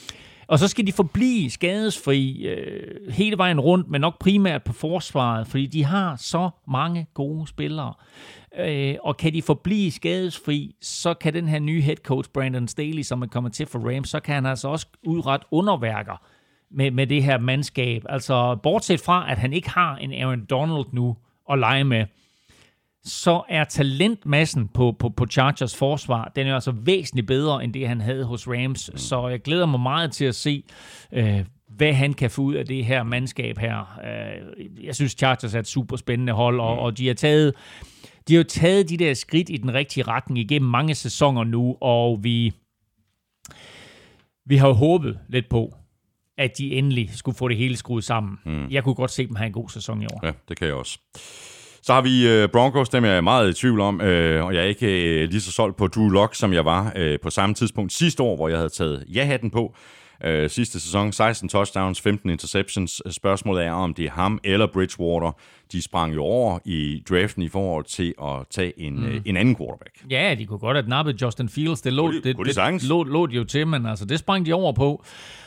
Og så skal de forblive skadesfri øh, hele vejen rundt, men nok primært på forsvaret, fordi de har så mange gode spillere. Øh, og kan de forblive skadesfri, så kan den her nye head coach, Brandon Staley, som er kommet til for Rams, så kan han altså også udrette underværker Med, med det her mandskab. Altså, bortset fra, at han ikke har en Aaron Donald nu at lege med, så er talentmassen på, på, på Chargers forsvar, den er altså væsentligt bedre, end det han havde hos Rams. Mm. Så jeg glæder mig meget til at se, øh, hvad han kan få ud af det her mandskab her. Øh, jeg synes, Chargers er et super spændende hold, og, og de har taget de har jo taget de der skridt i den rigtige retning igennem mange sæsoner nu, og vi, vi har jo håbet lidt på, at de endelig skulle få det hele skruet sammen. Mm. Jeg kunne godt se dem have en god sæson i år. Ja, det kan jeg også. Så har vi uh, Broncos, dem er jeg meget i tvivl om, uh, og jeg er ikke uh, lige så solgt på Drew Lock, som jeg var uh, på samme tidspunkt sidste år, hvor jeg havde taget ja-hatten på. Uh, sidste sæson, seksten touchdowns, femten interceptions. Spørgsmålet er, om det er ham eller Bridgewater. De sprang jo over i draften i forhold til at tage en, mm. uh, en anden quarterback. Ja, de kunne godt have nappet Justin Fields. Det lå, de, det, de det, lå, lå de jo til, men altså, det sprang de over på.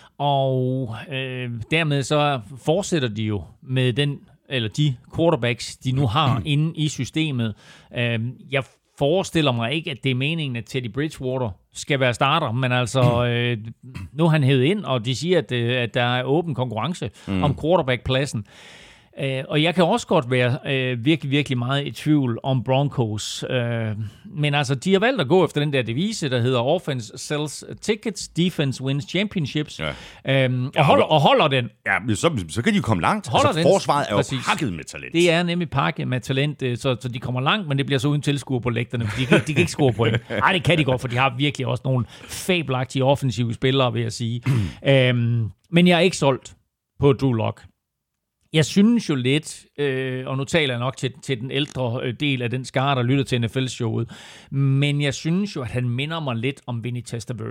Og øh, dermed så fortsætter de jo med den, eller de quarterbacks, de nu har inde i systemet. Øh, jeg forestiller mig ikke, at det er meningen, at Teddy Bridgewater skal være starter, men altså, øh, nu er han hævet ind, og de siger, at, øh, at der er åben konkurrence mm. om quarterback-pladsen. Uh, og jeg kan også godt være uh, virkelig, virkelig meget i tvivl om Broncos. Uh, men altså, de har valgt at gå efter den der devise, der hedder Offense sells tickets, Defense wins championships. Ja. Um, og, holder, og holder den. Ja, så, så kan de jo komme langt. Altså, den, forsvaret er præcis. Jo pakket med talent. Det er nemlig pakket med talent, så, så de kommer langt, men det bliver så uden tilskuer på lægterne, for de, de, de kan ikke score point. Nej, det kan de godt, for de har virkelig også nogle fabelagtige offensive spillere, vil jeg sige. um, men jeg er ikke solgt på Drew Lock. Jeg synes jo lidt, øh, og nu taler jeg nok til, til den ældre del af den skare, der lytter til N F L-showet, men jeg synes jo, at han minder mig lidt om Vinny Testaverde.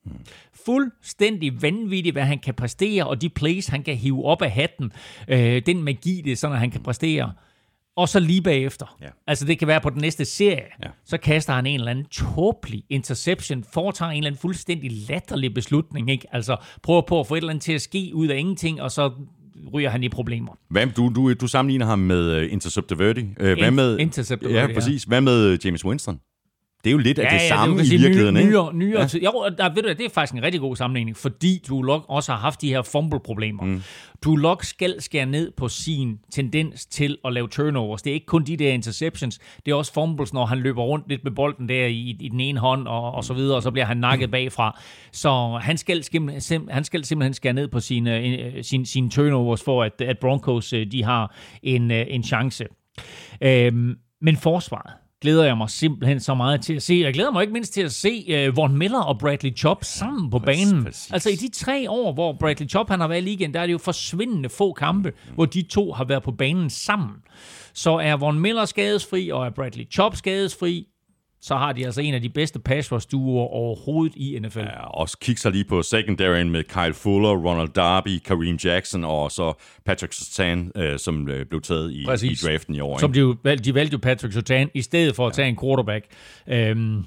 Hmm. Fuldstændig vanvittigt, hvad han kan præstere, og de plays, han kan hive op af hatten. Øh, den magi, det er sådan, at han kan præstere. Og så lige bagefter. Ja. Altså det kan være på den næste serie. Ja. Så kaster han en eller anden tåbelig interception, foretager en eller anden fuldstændig latterlig beslutning. Ikke? Altså prøver på at få et eller andet til at ske ud af ingenting, og så ryger han i problemer. Hvad, du, du, du sammenligner ham med uh, Interceptor-Verdi. Uh, hvad med, Interceptor-Verdi, ja, præcis. Hvad med James Winston? Det er jo lidt af ja, det ja, samme det i virkeligheden, nye, ikke? Nyere, nyere ja. Jo, der, ved du, det er faktisk en rigtig god sammenligning, fordi Drew Lock også har haft de her fumble-problemer. Mm. Drew Lock skal skære ned på sin tendens til at lave turnovers. Det er ikke kun de der interceptions, det er også fumbles, når han løber rundt lidt med bolden der i, i den ene hånd, og, og så videre, og så bliver han nakket bagfra. Så han skal, han skal simpelthen skære ned på sine, sine, sine turnovers, for at, at Broncos de har en, en chance. Øhm, men forsvaret glæder jeg mig simpelthen så meget til at se. Jeg glæder mig ikke mindst til at se uh, Von Miller og Bradley Chubb sammen på banen. Præcis. Altså i de tre år, hvor Bradley Chubb han har været i ligaen, der er det jo forsvindende få kampe, mm. hvor de to har været på banen sammen. Så er Von Miller skadesfri, og er Bradley Chubb skadesfri, så har de altså en af de bedste pass rush duoer overhovedet i N F L. Ja, og kig så lige på secondaryen med Kyle Fuller, Ronald Darby, Kareem Jackson og så Patrick Surtain, øh, som øh, blev taget i, i draften i år. Som de, valgte, de valgte jo Patrick Surtain i stedet for at tage ja. en quarterback. Øhm,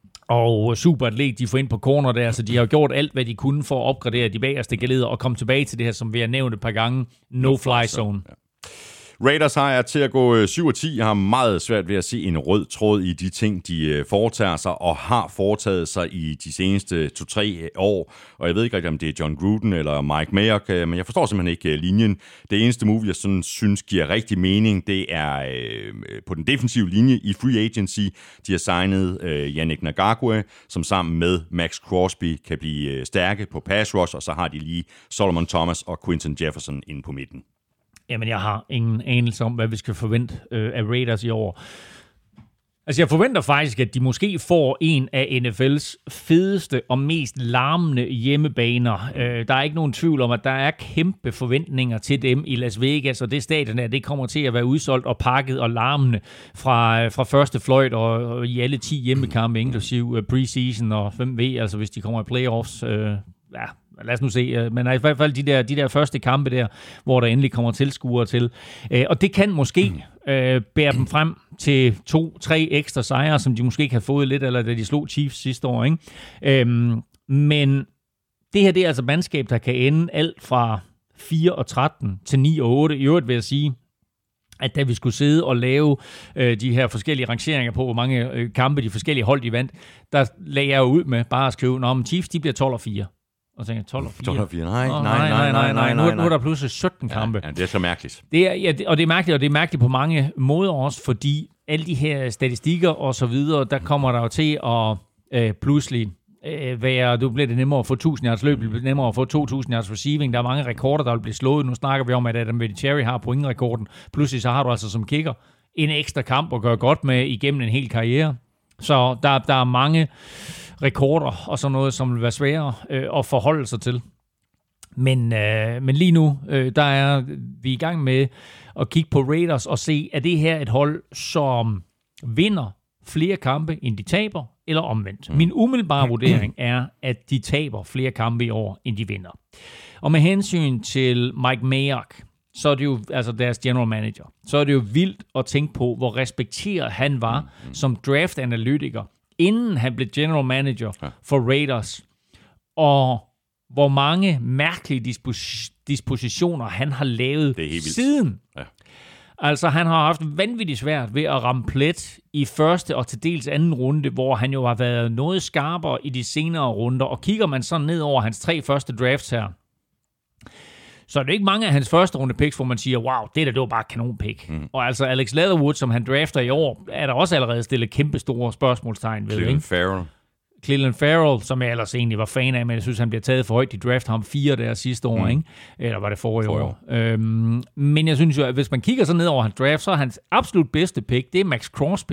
og super atlet, de får ind på corner der, så de har gjort alt, hvad de kunne for at opgradere de bagerste geleder og komme tilbage til det her, som vi har nævnt et par gange, no-fly zone. Ja. Raiders har jeg til at gå syv og ti. Jeg har meget svært ved at se en rød tråd i de ting, de foretager sig og har foretaget sig i de seneste to-tre år. Og jeg ved ikke rigtig, om det er John Gruden eller Mike Mayock, men jeg forstår simpelthen ikke linjen. Det eneste move, jeg sådan synes giver rigtig mening, det er øh, på den defensive linje i free agency. De har signet øh, Yannick Ngakoue, som sammen med Max Crosby kan blive stærke på pass rush, og så har de lige Solomon Thomas og Quinton Jefferson inde på midten. Jamen, jeg har ingen anelse om, hvad vi skal forvente øh, af Raiders i år. Altså, jeg forventer faktisk, at de måske får en af N F L's fedeste og mest larmende hjemmebaner. Øh, der er ikke nogen tvivl om, at der er kæmpe forventninger til dem i Las Vegas, og det stadion der, det kommer til at være udsolgt og pakket og larmende fra, fra første fløjt og, og i alle ti hjemmekampe, inklusive preseason og hvem ved, altså hvis de kommer i playoffs. Øh, ja, lad os nu se, men i hvert fald de der, de der første kampe der, hvor der endelig kommer tilskuere til. Og det kan måske øh, bære dem frem til to, tre ekstra sejre, som de måske ikke har fået lidt, eller da de slog Chiefs sidste år. Ikke? Øhm, men det her, det er altså mandskab, der kan ende alt fra fire og tretten til ni og otte. I øvrigt vil jeg sige, at da vi skulle sidde og lave øh, de her forskellige rangeringer på, hvor mange øh, kampe de forskellige hold de vandt, der lagde jeg jo ud med bare at skrive, nå, men Chiefs, de bliver tolv og fire. Og så tænker jeg, tolv og fire. tolv og fire, nej, oh, nej, nej, nej, nej, nej. Nu, nu er der pludselig sytten kampe. Ja, ja, det er så mærkeligt. Det er, ja, det, og det er mærkeligt, og det er mærkeligt på mange måder også, fordi alle de her statistikker og så videre, der kommer der jo til at øh, pludselig øh, være, du bliver det nemmere at få tusind yards løb, det bliver nemmere at få to tusind yards receiving, der er mange rekorder, der vil blive slået. Nu snakker vi om, at Adam Vinatieri har pointrekorden. Pludselig så har du altså som kicker en ekstra kamp at gøre godt med igennem en hel karriere. Så der, der er mange rekorder og sådan noget, som vil være svære øh, at forholde sig til. Men, øh, men lige nu, øh, der er vi i gang med at kigge på Raiders og se, er det her et hold, som vinder flere kampe, end de taber, eller omvendt. Min umiddelbare vurdering er, at de taber flere kampe i år, end de vinder. Og med hensyn til Mike Mayock, så er det jo, altså deres general manager, så er det jo vildt at tænke på, hvor respekteret han var som draft-analytiker, inden han blev general manager for Raiders, og hvor mange mærkelige dispos- dispositioner han har lavet siden. Ja. Altså, han har haft vanvittigt svært ved at ramme plet i første og til dels anden runde, hvor han jo har været noget skarpere i de senere runder, og kigger man så ned over hans tre første drafts her, så er det ikke mange af hans første runde picks, hvor man siger, wow, det der, det var bare kanonpick. Mm. Og altså Alex Leatherwood, som han drafter i år, er der også allerede stillet kæmpe store spørgsmålstegn ved. Cleveland Farrell. Cleveland Farrell, som jeg ellers egentlig var fan af, men jeg synes, han bliver taget for højt. De draftede ham fire der sidste år, mm. ikke? Eller var det forrige for år? Øhm, men jeg synes jo, at hvis man kigger så ned over hans draft, så er hans absolut bedste pick, det er Max Crosby,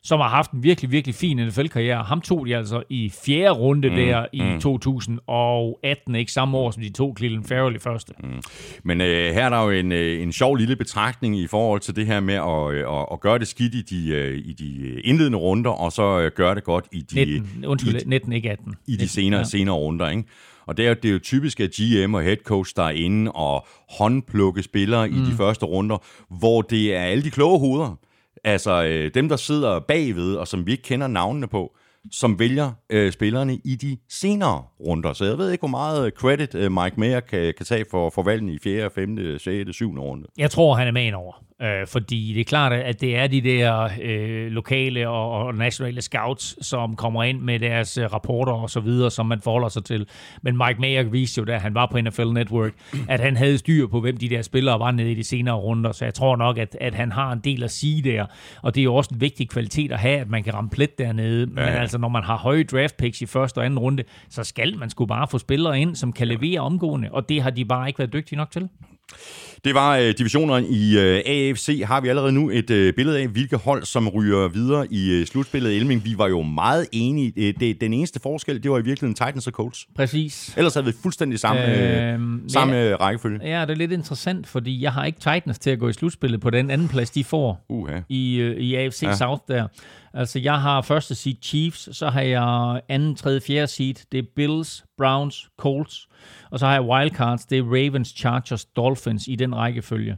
som har haft en virkelig, virkelig fin N F L-karriere. Ham tog de altså i fjerde runde mm, der i mm. to tusind og atten, ikke samme år, som de tog Clelin Ferrell i første. Mm. Men øh, her er der jo en, øh, en sjov lille betragtning i forhold til det her med at, øh, at gøre det skidt i de, øh, i de indledende runder, og så øh, gøre det godt i de... nitten, undskyld, i, nitten, ikke atten. I de senere, ja. senere runder, ikke? Og det er, det er jo typisk, at G M og head coach, der er inde og håndplukke spillere mm. i de første runder, hvor det er alle de kloge hoveder, altså øh, dem, der sidder bagved, og som vi ikke kender navnene på, som vælger øh, spillerne i de senere runder. Så jeg ved ikke, hvor meget credit øh, Mike Mayer kan, kan tage for, for valgene i fjerde, femte, sjette, syvende runde. Jeg tror, han er med indover. Øh, fordi det er klart, at det er de der øh, lokale og, og nationale scouts, som kommer ind med deres øh, rapporter og så videre, som man forholder sig til. Men Mike Mayer viste jo, da han var på N F L Network, at han havde styr på, hvem de der spillere var nede i de senere runder. Så jeg tror nok, at, at han har en del at sige der. Og det er jo også en vigtig kvalitet at have, at man kan ramme plet dernede. Ja. Men altså, når man har høje draft picks i første og anden runde, så skal man sgu bare få spillere ind, som kan levere omgående. Og det har de bare ikke været dygtige nok til. Det var øh, divisionerne i øh, A F C. Har vi allerede nu et øh, billede af, hvilke hold, som ryger videre i øh, slutspillet? Elming, vi var jo meget enige. Øh, det, den eneste forskel, det var i virkeligheden Titans og Colts. Præcis. Ellers havde vi fuldstændig samme, øh, samme ja, rækkefølge. Ja, det er lidt interessant, fordi jeg har ikke Titans til at gå i slutspillet på den anden plads, de får uh-huh. i, øh, i A F C ja. South der. Altså, jeg har første seed Chiefs, så har jeg anden, tredje, fjerde seed. Det er Bills, Browns, Colts. Og så har jeg wildcards, det er Ravens, Chargers, Dolphins i den rækkefølge.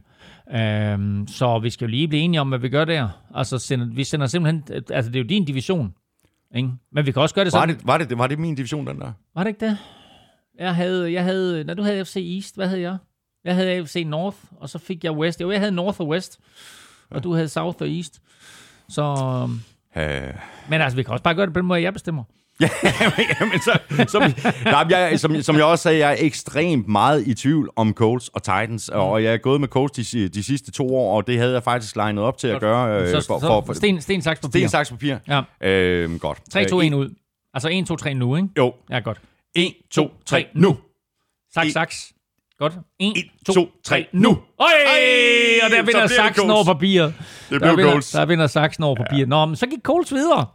Um, så vi skal jo lige blive enige om, hvad vi gør der. Altså, sender, vi sender simpelthen... Altså, det er jo din division, ikke? Men vi kan også gøre det sådan... Var det, var det, var det min division, den der? Var det ikke det? Jeg havde... Jeg havde når du havde A F C East, hvad havde jeg? Jeg havde A F C North, og så fik jeg West. Jo, jeg havde North og West, og ja. Du havde South og East. Så... Uh... Men altså, vi kan også bare gøre det på den måde, jeg bestemmer. Ja, men så, som, nej, jeg, som, som jeg også sagde, jeg er ekstremt meget i tvivl om Colts og Titans, mm. og jeg er gået med Colts de, de sidste to år, og det havde jeg faktisk legnet op til at gøre. Øh, så, for, for, for, sten, sten, saks, papir. Sten, saks, papir. Ja. Øh, godt. tre, to, en ud. Altså en, to, tre nu, ikke? Jo. Ja, godt. en, to, tre nu. Saks, saks. Godt. en, to, tre nu. Øj! Og der vinder saksen over papiret. Det blev Colts. Der vinder saksen over papiret. Nå, men så gik Colts videre.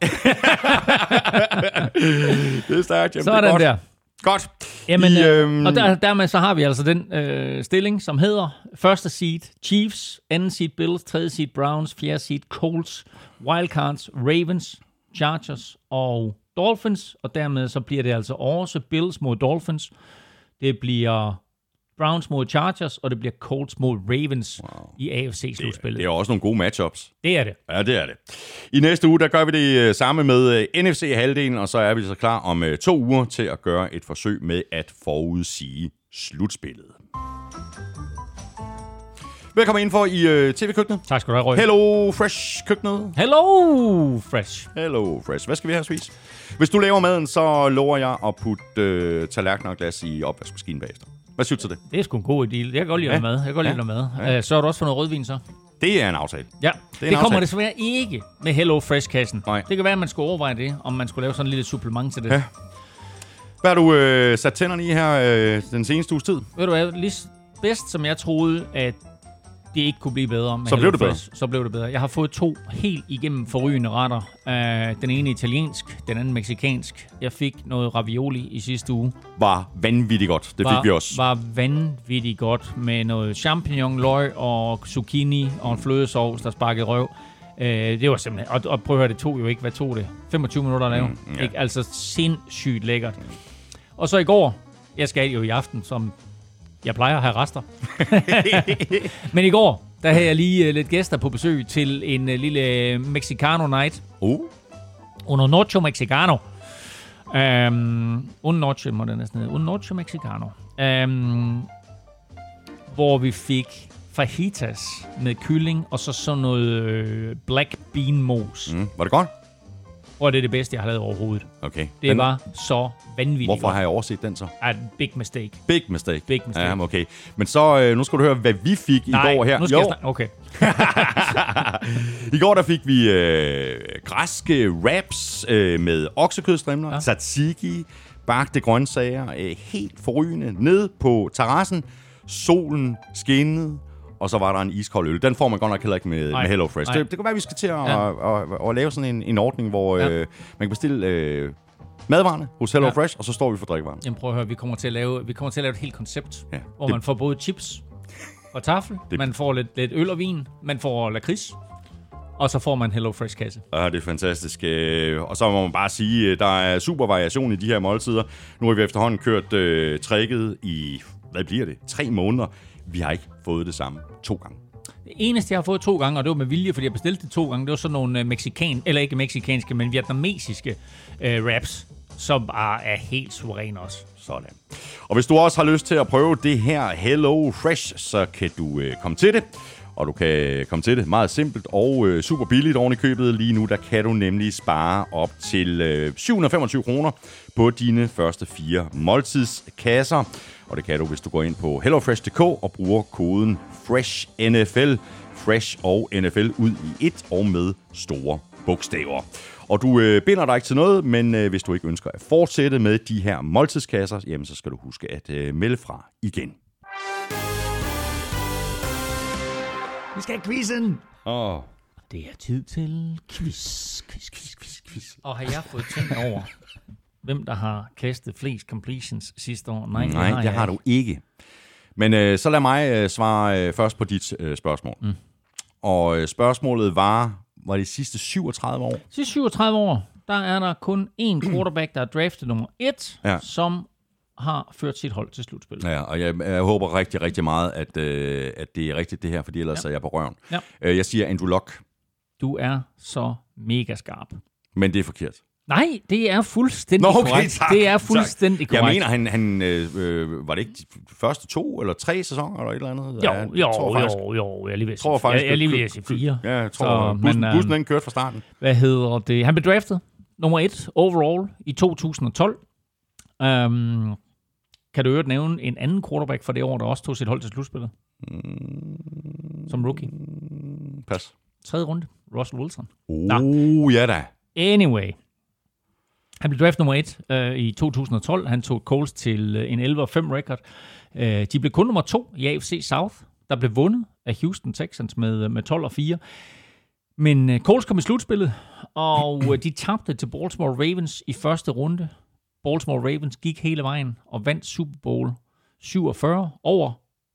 Det er stærkt. Så er den der. Godt. Jamen, I, øhm... og der, dermed så har vi altså den øh, stilling, som hedder første seed Chiefs, anden seed Bills, tredje seed Browns, fjerde seed Colts, wildcards Ravens, Chargers og Dolphins. Og dermed så bliver det altså også Bills mod Dolphins. Det bliver Browns mod Chargers, og det bliver Colts mod Ravens wow. i A F C-slutspillet. Det, det er også nogle gode matchups. Det er det. Ja, det er det. I næste uge, der gør vi det samme med N F C-halvdelen, og så er vi så klar om to uger til at gøre et forsøg med at forudsige slutspillet. Velkommen indenfor i uh, T V-køkkenet. Tak skal du have, Røg. Hello Fresh-køkkenet. Hello Fresh. Hello Fresh. Hvad skal vi have at spise? Hvis du laver maden, så lover jeg at putte uh, tallerkener og glas i opvaskemaskinen bagefter. Hvad synes du til det? Det er sgu en god idé. Jeg kan godt lide ja. mad. Jeg kan godt lide ja. mad. Ja. Uh, sørger du også for noget rødvin, så? Det er en aftale. Ja, det, det kommer desværre ikke med Hello Fresh-kassen. Nej. Det kan være, at man skulle overveje det, om man skulle lave sådan en lille supplement til det. Ja. Hvad har du øh, sat tænderne i her øh, den seneste uges tid? Ved du hvad, lige bedst som jeg troede, at det ikke kunne blive bedre med så Hello blev det Fresh, bedre. Så blev det bedre. Jeg har fået to helt igennem forrygende retter. Uh, den ene italiensk, den anden mexikansk. Jeg fik noget ravioli i sidste uge. Var vanvittigt godt. Det var, fik vi også. Var vanvittigt godt med noget champignon, løg og zucchini og en flødesovs, der sparkede røv. Uh, det var simpelthen... Og, og prøv at høre, det tog jo ikke. Hvad tog det? femogtyve minutter at lave. Mm, ja. Ikke? Altså sindssygt lækkert. Mm. Og så i går, jeg skal jo i aften, som jeg plejer at have rester. Men i går, der havde jeg lige uh, lidt gæster på besøg til en uh, lille Mexicano night. Uh. Uno noche mexicano. Um, un noche, må det næsten hedde. Un noche mexicano. Um, hvor vi fik fajitas med kylling, og så sådan noget uh, black bean mos. Mm. Var det godt? Og det er det bedste, jeg har lavet overhovedet. Okay. Det den... var så vanvittigt. Hvorfor har jeg overset den så? Ah, big mistake. Big mistake. Big mistake. Ja, okay. Men så, øh, nu skal du høre, hvad vi fik Nej, i går her. nu skal jo. jeg snakke. Okay. I går der fik vi øh, græske wraps øh, med oksekødstrimler, ja. tzatziki, bagte grøntsager, øh, helt forrygende, ned på terrassen. Solen skinnede, og så var der en iskold øl. Den får man godt nok heller ikke med, med HelloFresh. Det, det kan være, vi skal til at, ja. at, at, at lave sådan en, en ordning, hvor ja. øh, man kan bestille øh, madvarerne hos HelloFresh, ja. og så står vi for drikkevarerne. Jamen prøv at høre, vi kommer til at lave, vi kommer til at lave et helt koncept, ja. hvor det, man får både chips og tafel, det, man får lidt, lidt øl og vin, man får lakrids, og så får man en HelloFresh-kasse. Ja, det er fantastisk. Og så må man bare sige, at der er super variation i de her måltider. Nu har vi efterhånden kørt øh, tricket i, hvad bliver det, tre måneder. Vi har ikke fået det samme to gange. Det eneste, jeg har fået to gange, og det var med vilje, fordi jeg bestilte det to gange, det var sådan nogle mexikan, eller ikke mexikanske, men vietnamesiske øh, wraps, som bare er helt suveræne også. Sådan. Og hvis du også har lyst til at prøve det her HelloFresh, så kan du øh, komme til det. Og du kan komme til det meget simpelt og øh, super billigt oven i købet. Lige nu, der kan du nemlig spare op til øh, syv hundrede og femogtyve kroner på dine første fire måltidskasser. Og det kan du, hvis du går ind på hellofresh punktum d k og bruger koden FRESHNFL. Fresh og N F L ud i et og med store bogstaver. Og du øh, binder dig ikke til noget, men øh, hvis du ikke ønsker at fortsætte med de her måltidskasser, jamen så skal du huske at øh, melde fra igen. Vi skal have quizzen! Åh. Oh. Det er tid til quiz, quiz, quiz, quiz, quiz. Og har jeg fået tænkt over, hvem der har kastet flest completions sidste år? Nej, Nej det har, det har du ikke. Men øh, så lad mig øh, svare øh, først på dit øh, spørgsmål. Mm. Og øh, spørgsmålet var, var det sidste syvogtredive år? Sidste syvogtredive år, der er der kun én quarterback, der er draftet nummer et, ja. som har ført sit hold til slutspillet. Ja, og jeg, jeg håber rigtig, rigtig meget, at, øh, at det er rigtigt det her, fordi ellers ja. er jeg på røven. Ja. Øh, jeg siger Andrew Luck. Du er så mega skarp. Men det er forkert. Nej, det er fuldstændig Nå, okay, korrekt. Tak, det er fuldstændig tak. korrekt. Jeg mener, han, han øh, var det ikke de første to eller tre sæsoner eller et eller andet? Jo, jeg, jo, tror, jo, faktisk, jo, jeg er lige ved at sige, faktisk, jeg, jeg er lige ved at sige fire. Ja, jeg tror, så, bussen, men, bussen den kørte fra starten. Hvad hedder det? Han blev draftet nummer et overall i to tusind og tolv. Um, kan du øvrigt nævne en anden quarterback for det år, der også tog sit hold til slutspillet? Mm, som rookie. Pas. Tredje runde. Russell Wilson. Oh, ja da. Anyway. Han blev draft nummer et øh, i to tusind og tolv. Han tog Colts til øh, en elleve og fem record. Øh, de blev kun nummer to i A F C South, der blev vundet af Houston Texans med, med tolv og fire. Men øh, Colts kom i slutspillet, og øh, de tabte til Baltimore Ravens i første runde. Baltimore Ravens gik hele vejen og vandt Super Bowl syvogfyrre over.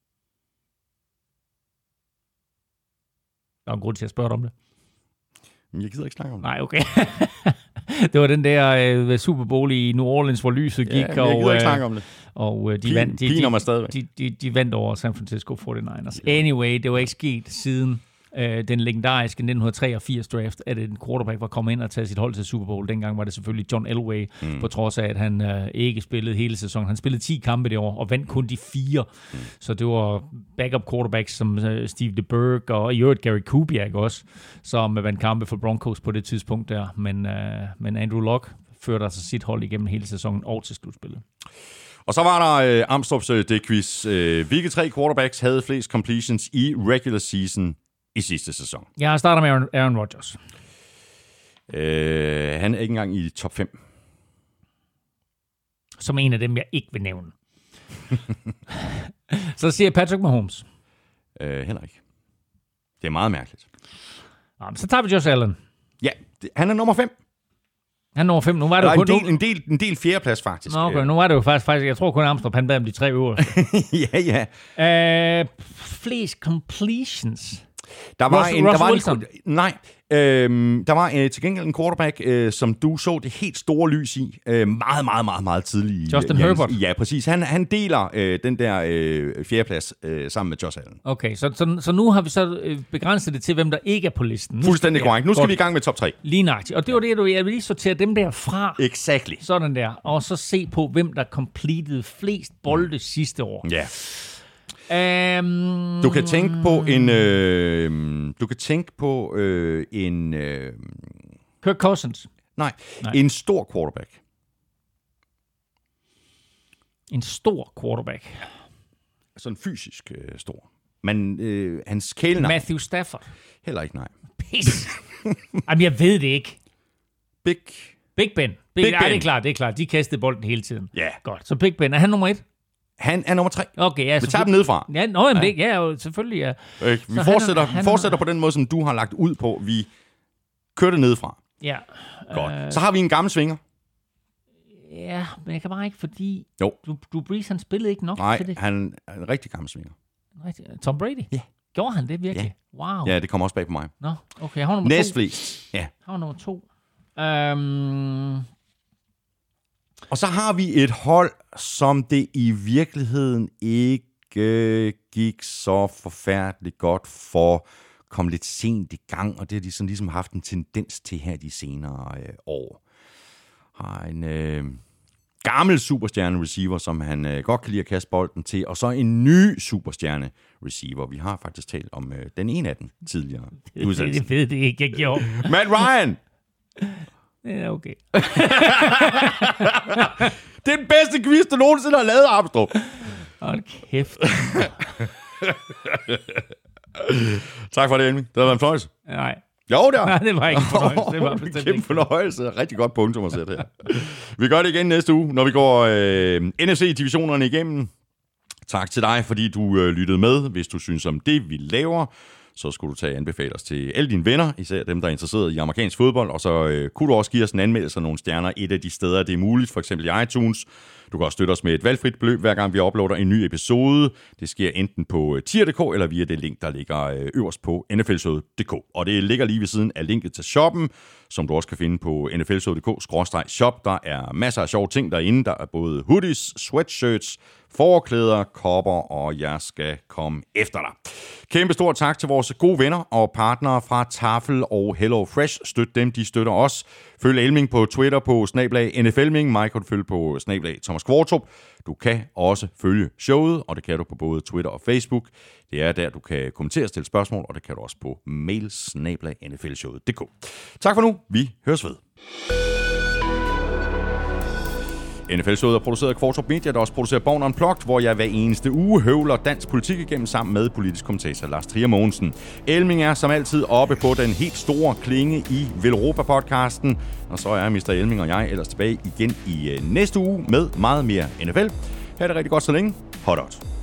Der er en grund til at spørge dig om det. Jeg gider ikke snakke om det. Nej, okay. Det var den der uh, Super Bowl i New Orleans, hvor lyset gik. Ja, jeg gider og, ikke snakke om det. Og uh, de, Pin, vandt, de, de, de, de, de vandt over San Francisco forty-niners. Anyway, det var ikke sket siden uh, den legendariske nitten treogfirs draft, at en quarterback var kommet ind og taget sit hold til Super Bowl. Dengang var det selvfølgelig John Elway, mm. på trods af, at han uh, ikke spillede hele sæsonen. Han spillede ti kampe det år, og vandt kun de fire. Mm. Så det var backup quarterbacks som uh, Steve DeBerg, og i øvrigt Gary Kubiak også, som vandt kampe for Broncos på det tidspunkt der. Men, uh, men Andrew Luck førte altså sit hold igennem hele sæsonen og til slutspillet. Og så var der øh, Amstrup's øh, det-quiz. Øh, hvilke tre quarterbacks havde flest completions i regular season i sidste sæson? Jeg starter med Aaron, Aaron Rodgers. Øh, han er ikke engang i top fem. Som en af dem, jeg ikke vil nævne. Så siger Patrick Mahomes. Øh, heller ikke. Det er meget mærkeligt. Nå, så tager vi Josh Allen. Ja, det, han er nummer fem. Han er nummer fem. Nu var det jo kun en del, en del, en del fjerdeplads, faktisk. Nå, okay. Nu var det jo faktisk, faktisk jeg tror kun Amstrup, han bad om de tre øverste. ja, ja. Øh, flest completions. Der var Russell, en, der Russell var Wilson. En, nej, øhm, der var øh, til gengæld en quarterback, øh, som du så det helt store lys i, øh, meget, meget, meget, meget tidligt. Justin ja, Herbert. Ja, præcis. Han, han deler øh, den der øh, fjerdeplads øh, sammen med Josh Allen. Okay, så, så, så nu har vi så øh, begrænset det til, hvem der ikke er på listen. Nu, Fuldstændig ja, korrekt. Nu skal godt. vi i gang med top tre. Lige nøjagtigt. Og det var det, du, jeg vil lige sortere dem der fra. Exactly. Sådan der. Og så se på, hvem der completed flest bolde mm. sidste år. Ja. Um, du kan tænke på en øh, du kan tænke på øh, en øh, Kirk Cousins. Nej, nej, en stor quarterback. En stor quarterback. Sådan fysisk øh, stor. Men øh, hans kælenavn. Matthew Stafford. Heller ikke, nej. Pis. Jamen, jeg ved det ikke. Big Big Ben. Big, Big Ben. Ej, det er klart, det er klart. De kastede bolden hele tiden. Ja. Yeah. Godt. Så Big Ben, er han nummer et? Han er nummer tre. Okay, ja, vi tager dem nedefra. Ja, nå, jamen, ja. Det, ja, jo, selvfølgelig, ja. Øh, vi fortsætter, han, han, fortsætter på den måde, som du har lagt ud på. Vi kører det nedefra. Ja. Godt. Øh, Så har vi en gammel svinger. Ja, men jeg kan bare ikke, fordi... Jo. Du, du Brees, han spillede ikke nok Nej, til det. Nej, han er en rigtig gammel svinger. Tom Brady? Ja. Gjorde han det virkelig? Ja. Wow. Ja, det kommer også bag på mig. Nå, okay. Jeg har nummer Næstflest. Ja. Jeg har nummer to. Um... Og så har vi et hold, som det i virkeligheden ikke gik så forfærdeligt godt for, kom lidt sent i gang, og det har de sådan ligesom haft en tendens til her de senere øh, år. Har en øh, gammel superstjerne receiver, som han øh, godt kan lide at kaste bolden til, og så en ny superstjerne receiver. Vi har faktisk talt om øh, den ene af dem tidligere. Det, det ved det ikke, jeg gjorde. Matt Ryan! Ja, okay. Det er den bedste quiz, du nogensinde har lavet, Armstrong. Hold kæft. Tak for det, Elming. Det har været en fornøjelse. Nej. Jo, der. Nej, det var ikke en fornøjelse. Det var bestemt ikke. Fornøjelse. Rigtig godt punktum at sætte her. Vi gør det igen næste uge, når vi går øh, N F C-divisionerne igennem. Tak til dig, fordi du øh, lyttede med. Hvis du synes om det, vi laver, så skulle du tage anbefale os til alle dine venner, især dem, der er interesseret i amerikansk fodbold, og så øh, kunne du også give os en anmeldelse af nogle stjerner et af de steder, det er muligt, for eksempel i iTunes. Du kan også støtte os med et valgfrit beløb, hver gang vi uploader en ny episode. Det sker enten på tier punktum d k eller via det link, der ligger øh, øverst på n f l showet punktum d k. Og det ligger lige ved siden af linket til shoppen, som du også kan finde på n f l showet punktum d k skråstreg shop. Der er masser af sjove ting derinde. Der er både hoodies, sweatshirts, forklæder, kopper, og jeg skal komme efter dig. Kæmpe stort tak til vores gode venner og partnere fra Tafel og Hello Fresh. Støt dem, de støtter os. Følg Elming på Twitter på snablag N F L Ming. Mig kan du følge på snablag Thomas Kvartrup. Du kan også følge showet, og det kan du på både Twitter og Facebook. Det er der, du kan kommentere og stille spørgsmål, og det kan du også på mail snablag N F L showet punktum d k. Tak for nu. Vi høres ved. N F L-showet er produceret af Kvartrup Media, der også producerer Born Unplugged, hvor jeg hver eneste uge høvler dansk politik igennem sammen med politisk kommentator Lars Trier Mogensen. Elming er som altid oppe på den helt store klinge i Velropa-podcasten, og så er mister Elming og jeg ellers tilbage igen i næste uge med meget mere N F L. Her er det rigtig godt så længe. Hot out.